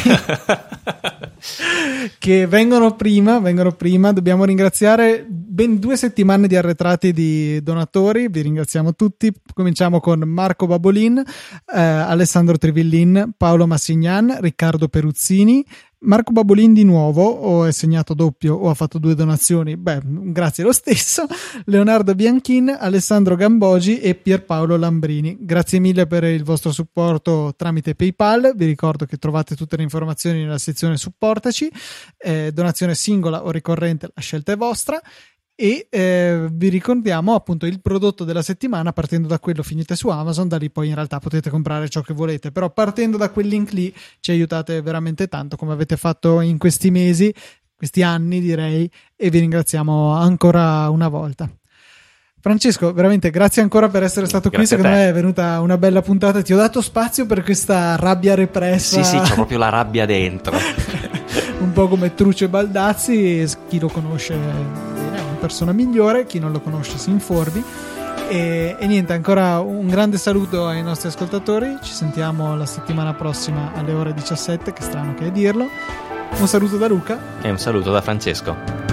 che vengono prima. Dobbiamo ringraziare ben 2 settimane di arretrati di donatori. Vi ringraziamo tutti. Cominciamo con Marco Babolin, Alessandro Trivillin, Paolo Massignan, Riccardo Peruzzini, Marco Babolin di nuovo, o è segnato doppio o ha fatto 2 donazioni, grazie lo stesso. Leonardo Bianchin, Alessandro Gambogi e Pierpaolo Lambrini, grazie mille per il vostro supporto tramite PayPal. Vi ricordo che trovate tutte le informazioni nella sezione supportaci, donazione singola o ricorrente, la scelta è vostra. E vi ricordiamo appunto il prodotto della settimana, partendo da quello finite su Amazon, da lì poi in realtà potete comprare ciò che volete, però partendo da quel link lì ci aiutate veramente tanto, come avete fatto in questi mesi, questi anni direi, e vi ringraziamo ancora una volta. Francesco, veramente grazie ancora per essere stato qui, secondo me è venuta una bella puntata, ti ho dato spazio per questa rabbia repressa. Sì, c'ho proprio la rabbia dentro. Un po' come Truccio e Baldazzi, chi lo conosce è una persona migliore, chi non lo conosce si informi. E niente, ancora un grande saluto ai nostri ascoltatori, ci sentiamo la settimana prossima alle ore 17, che strano che è dirlo. Un saluto da Luca e un saluto da Francesco.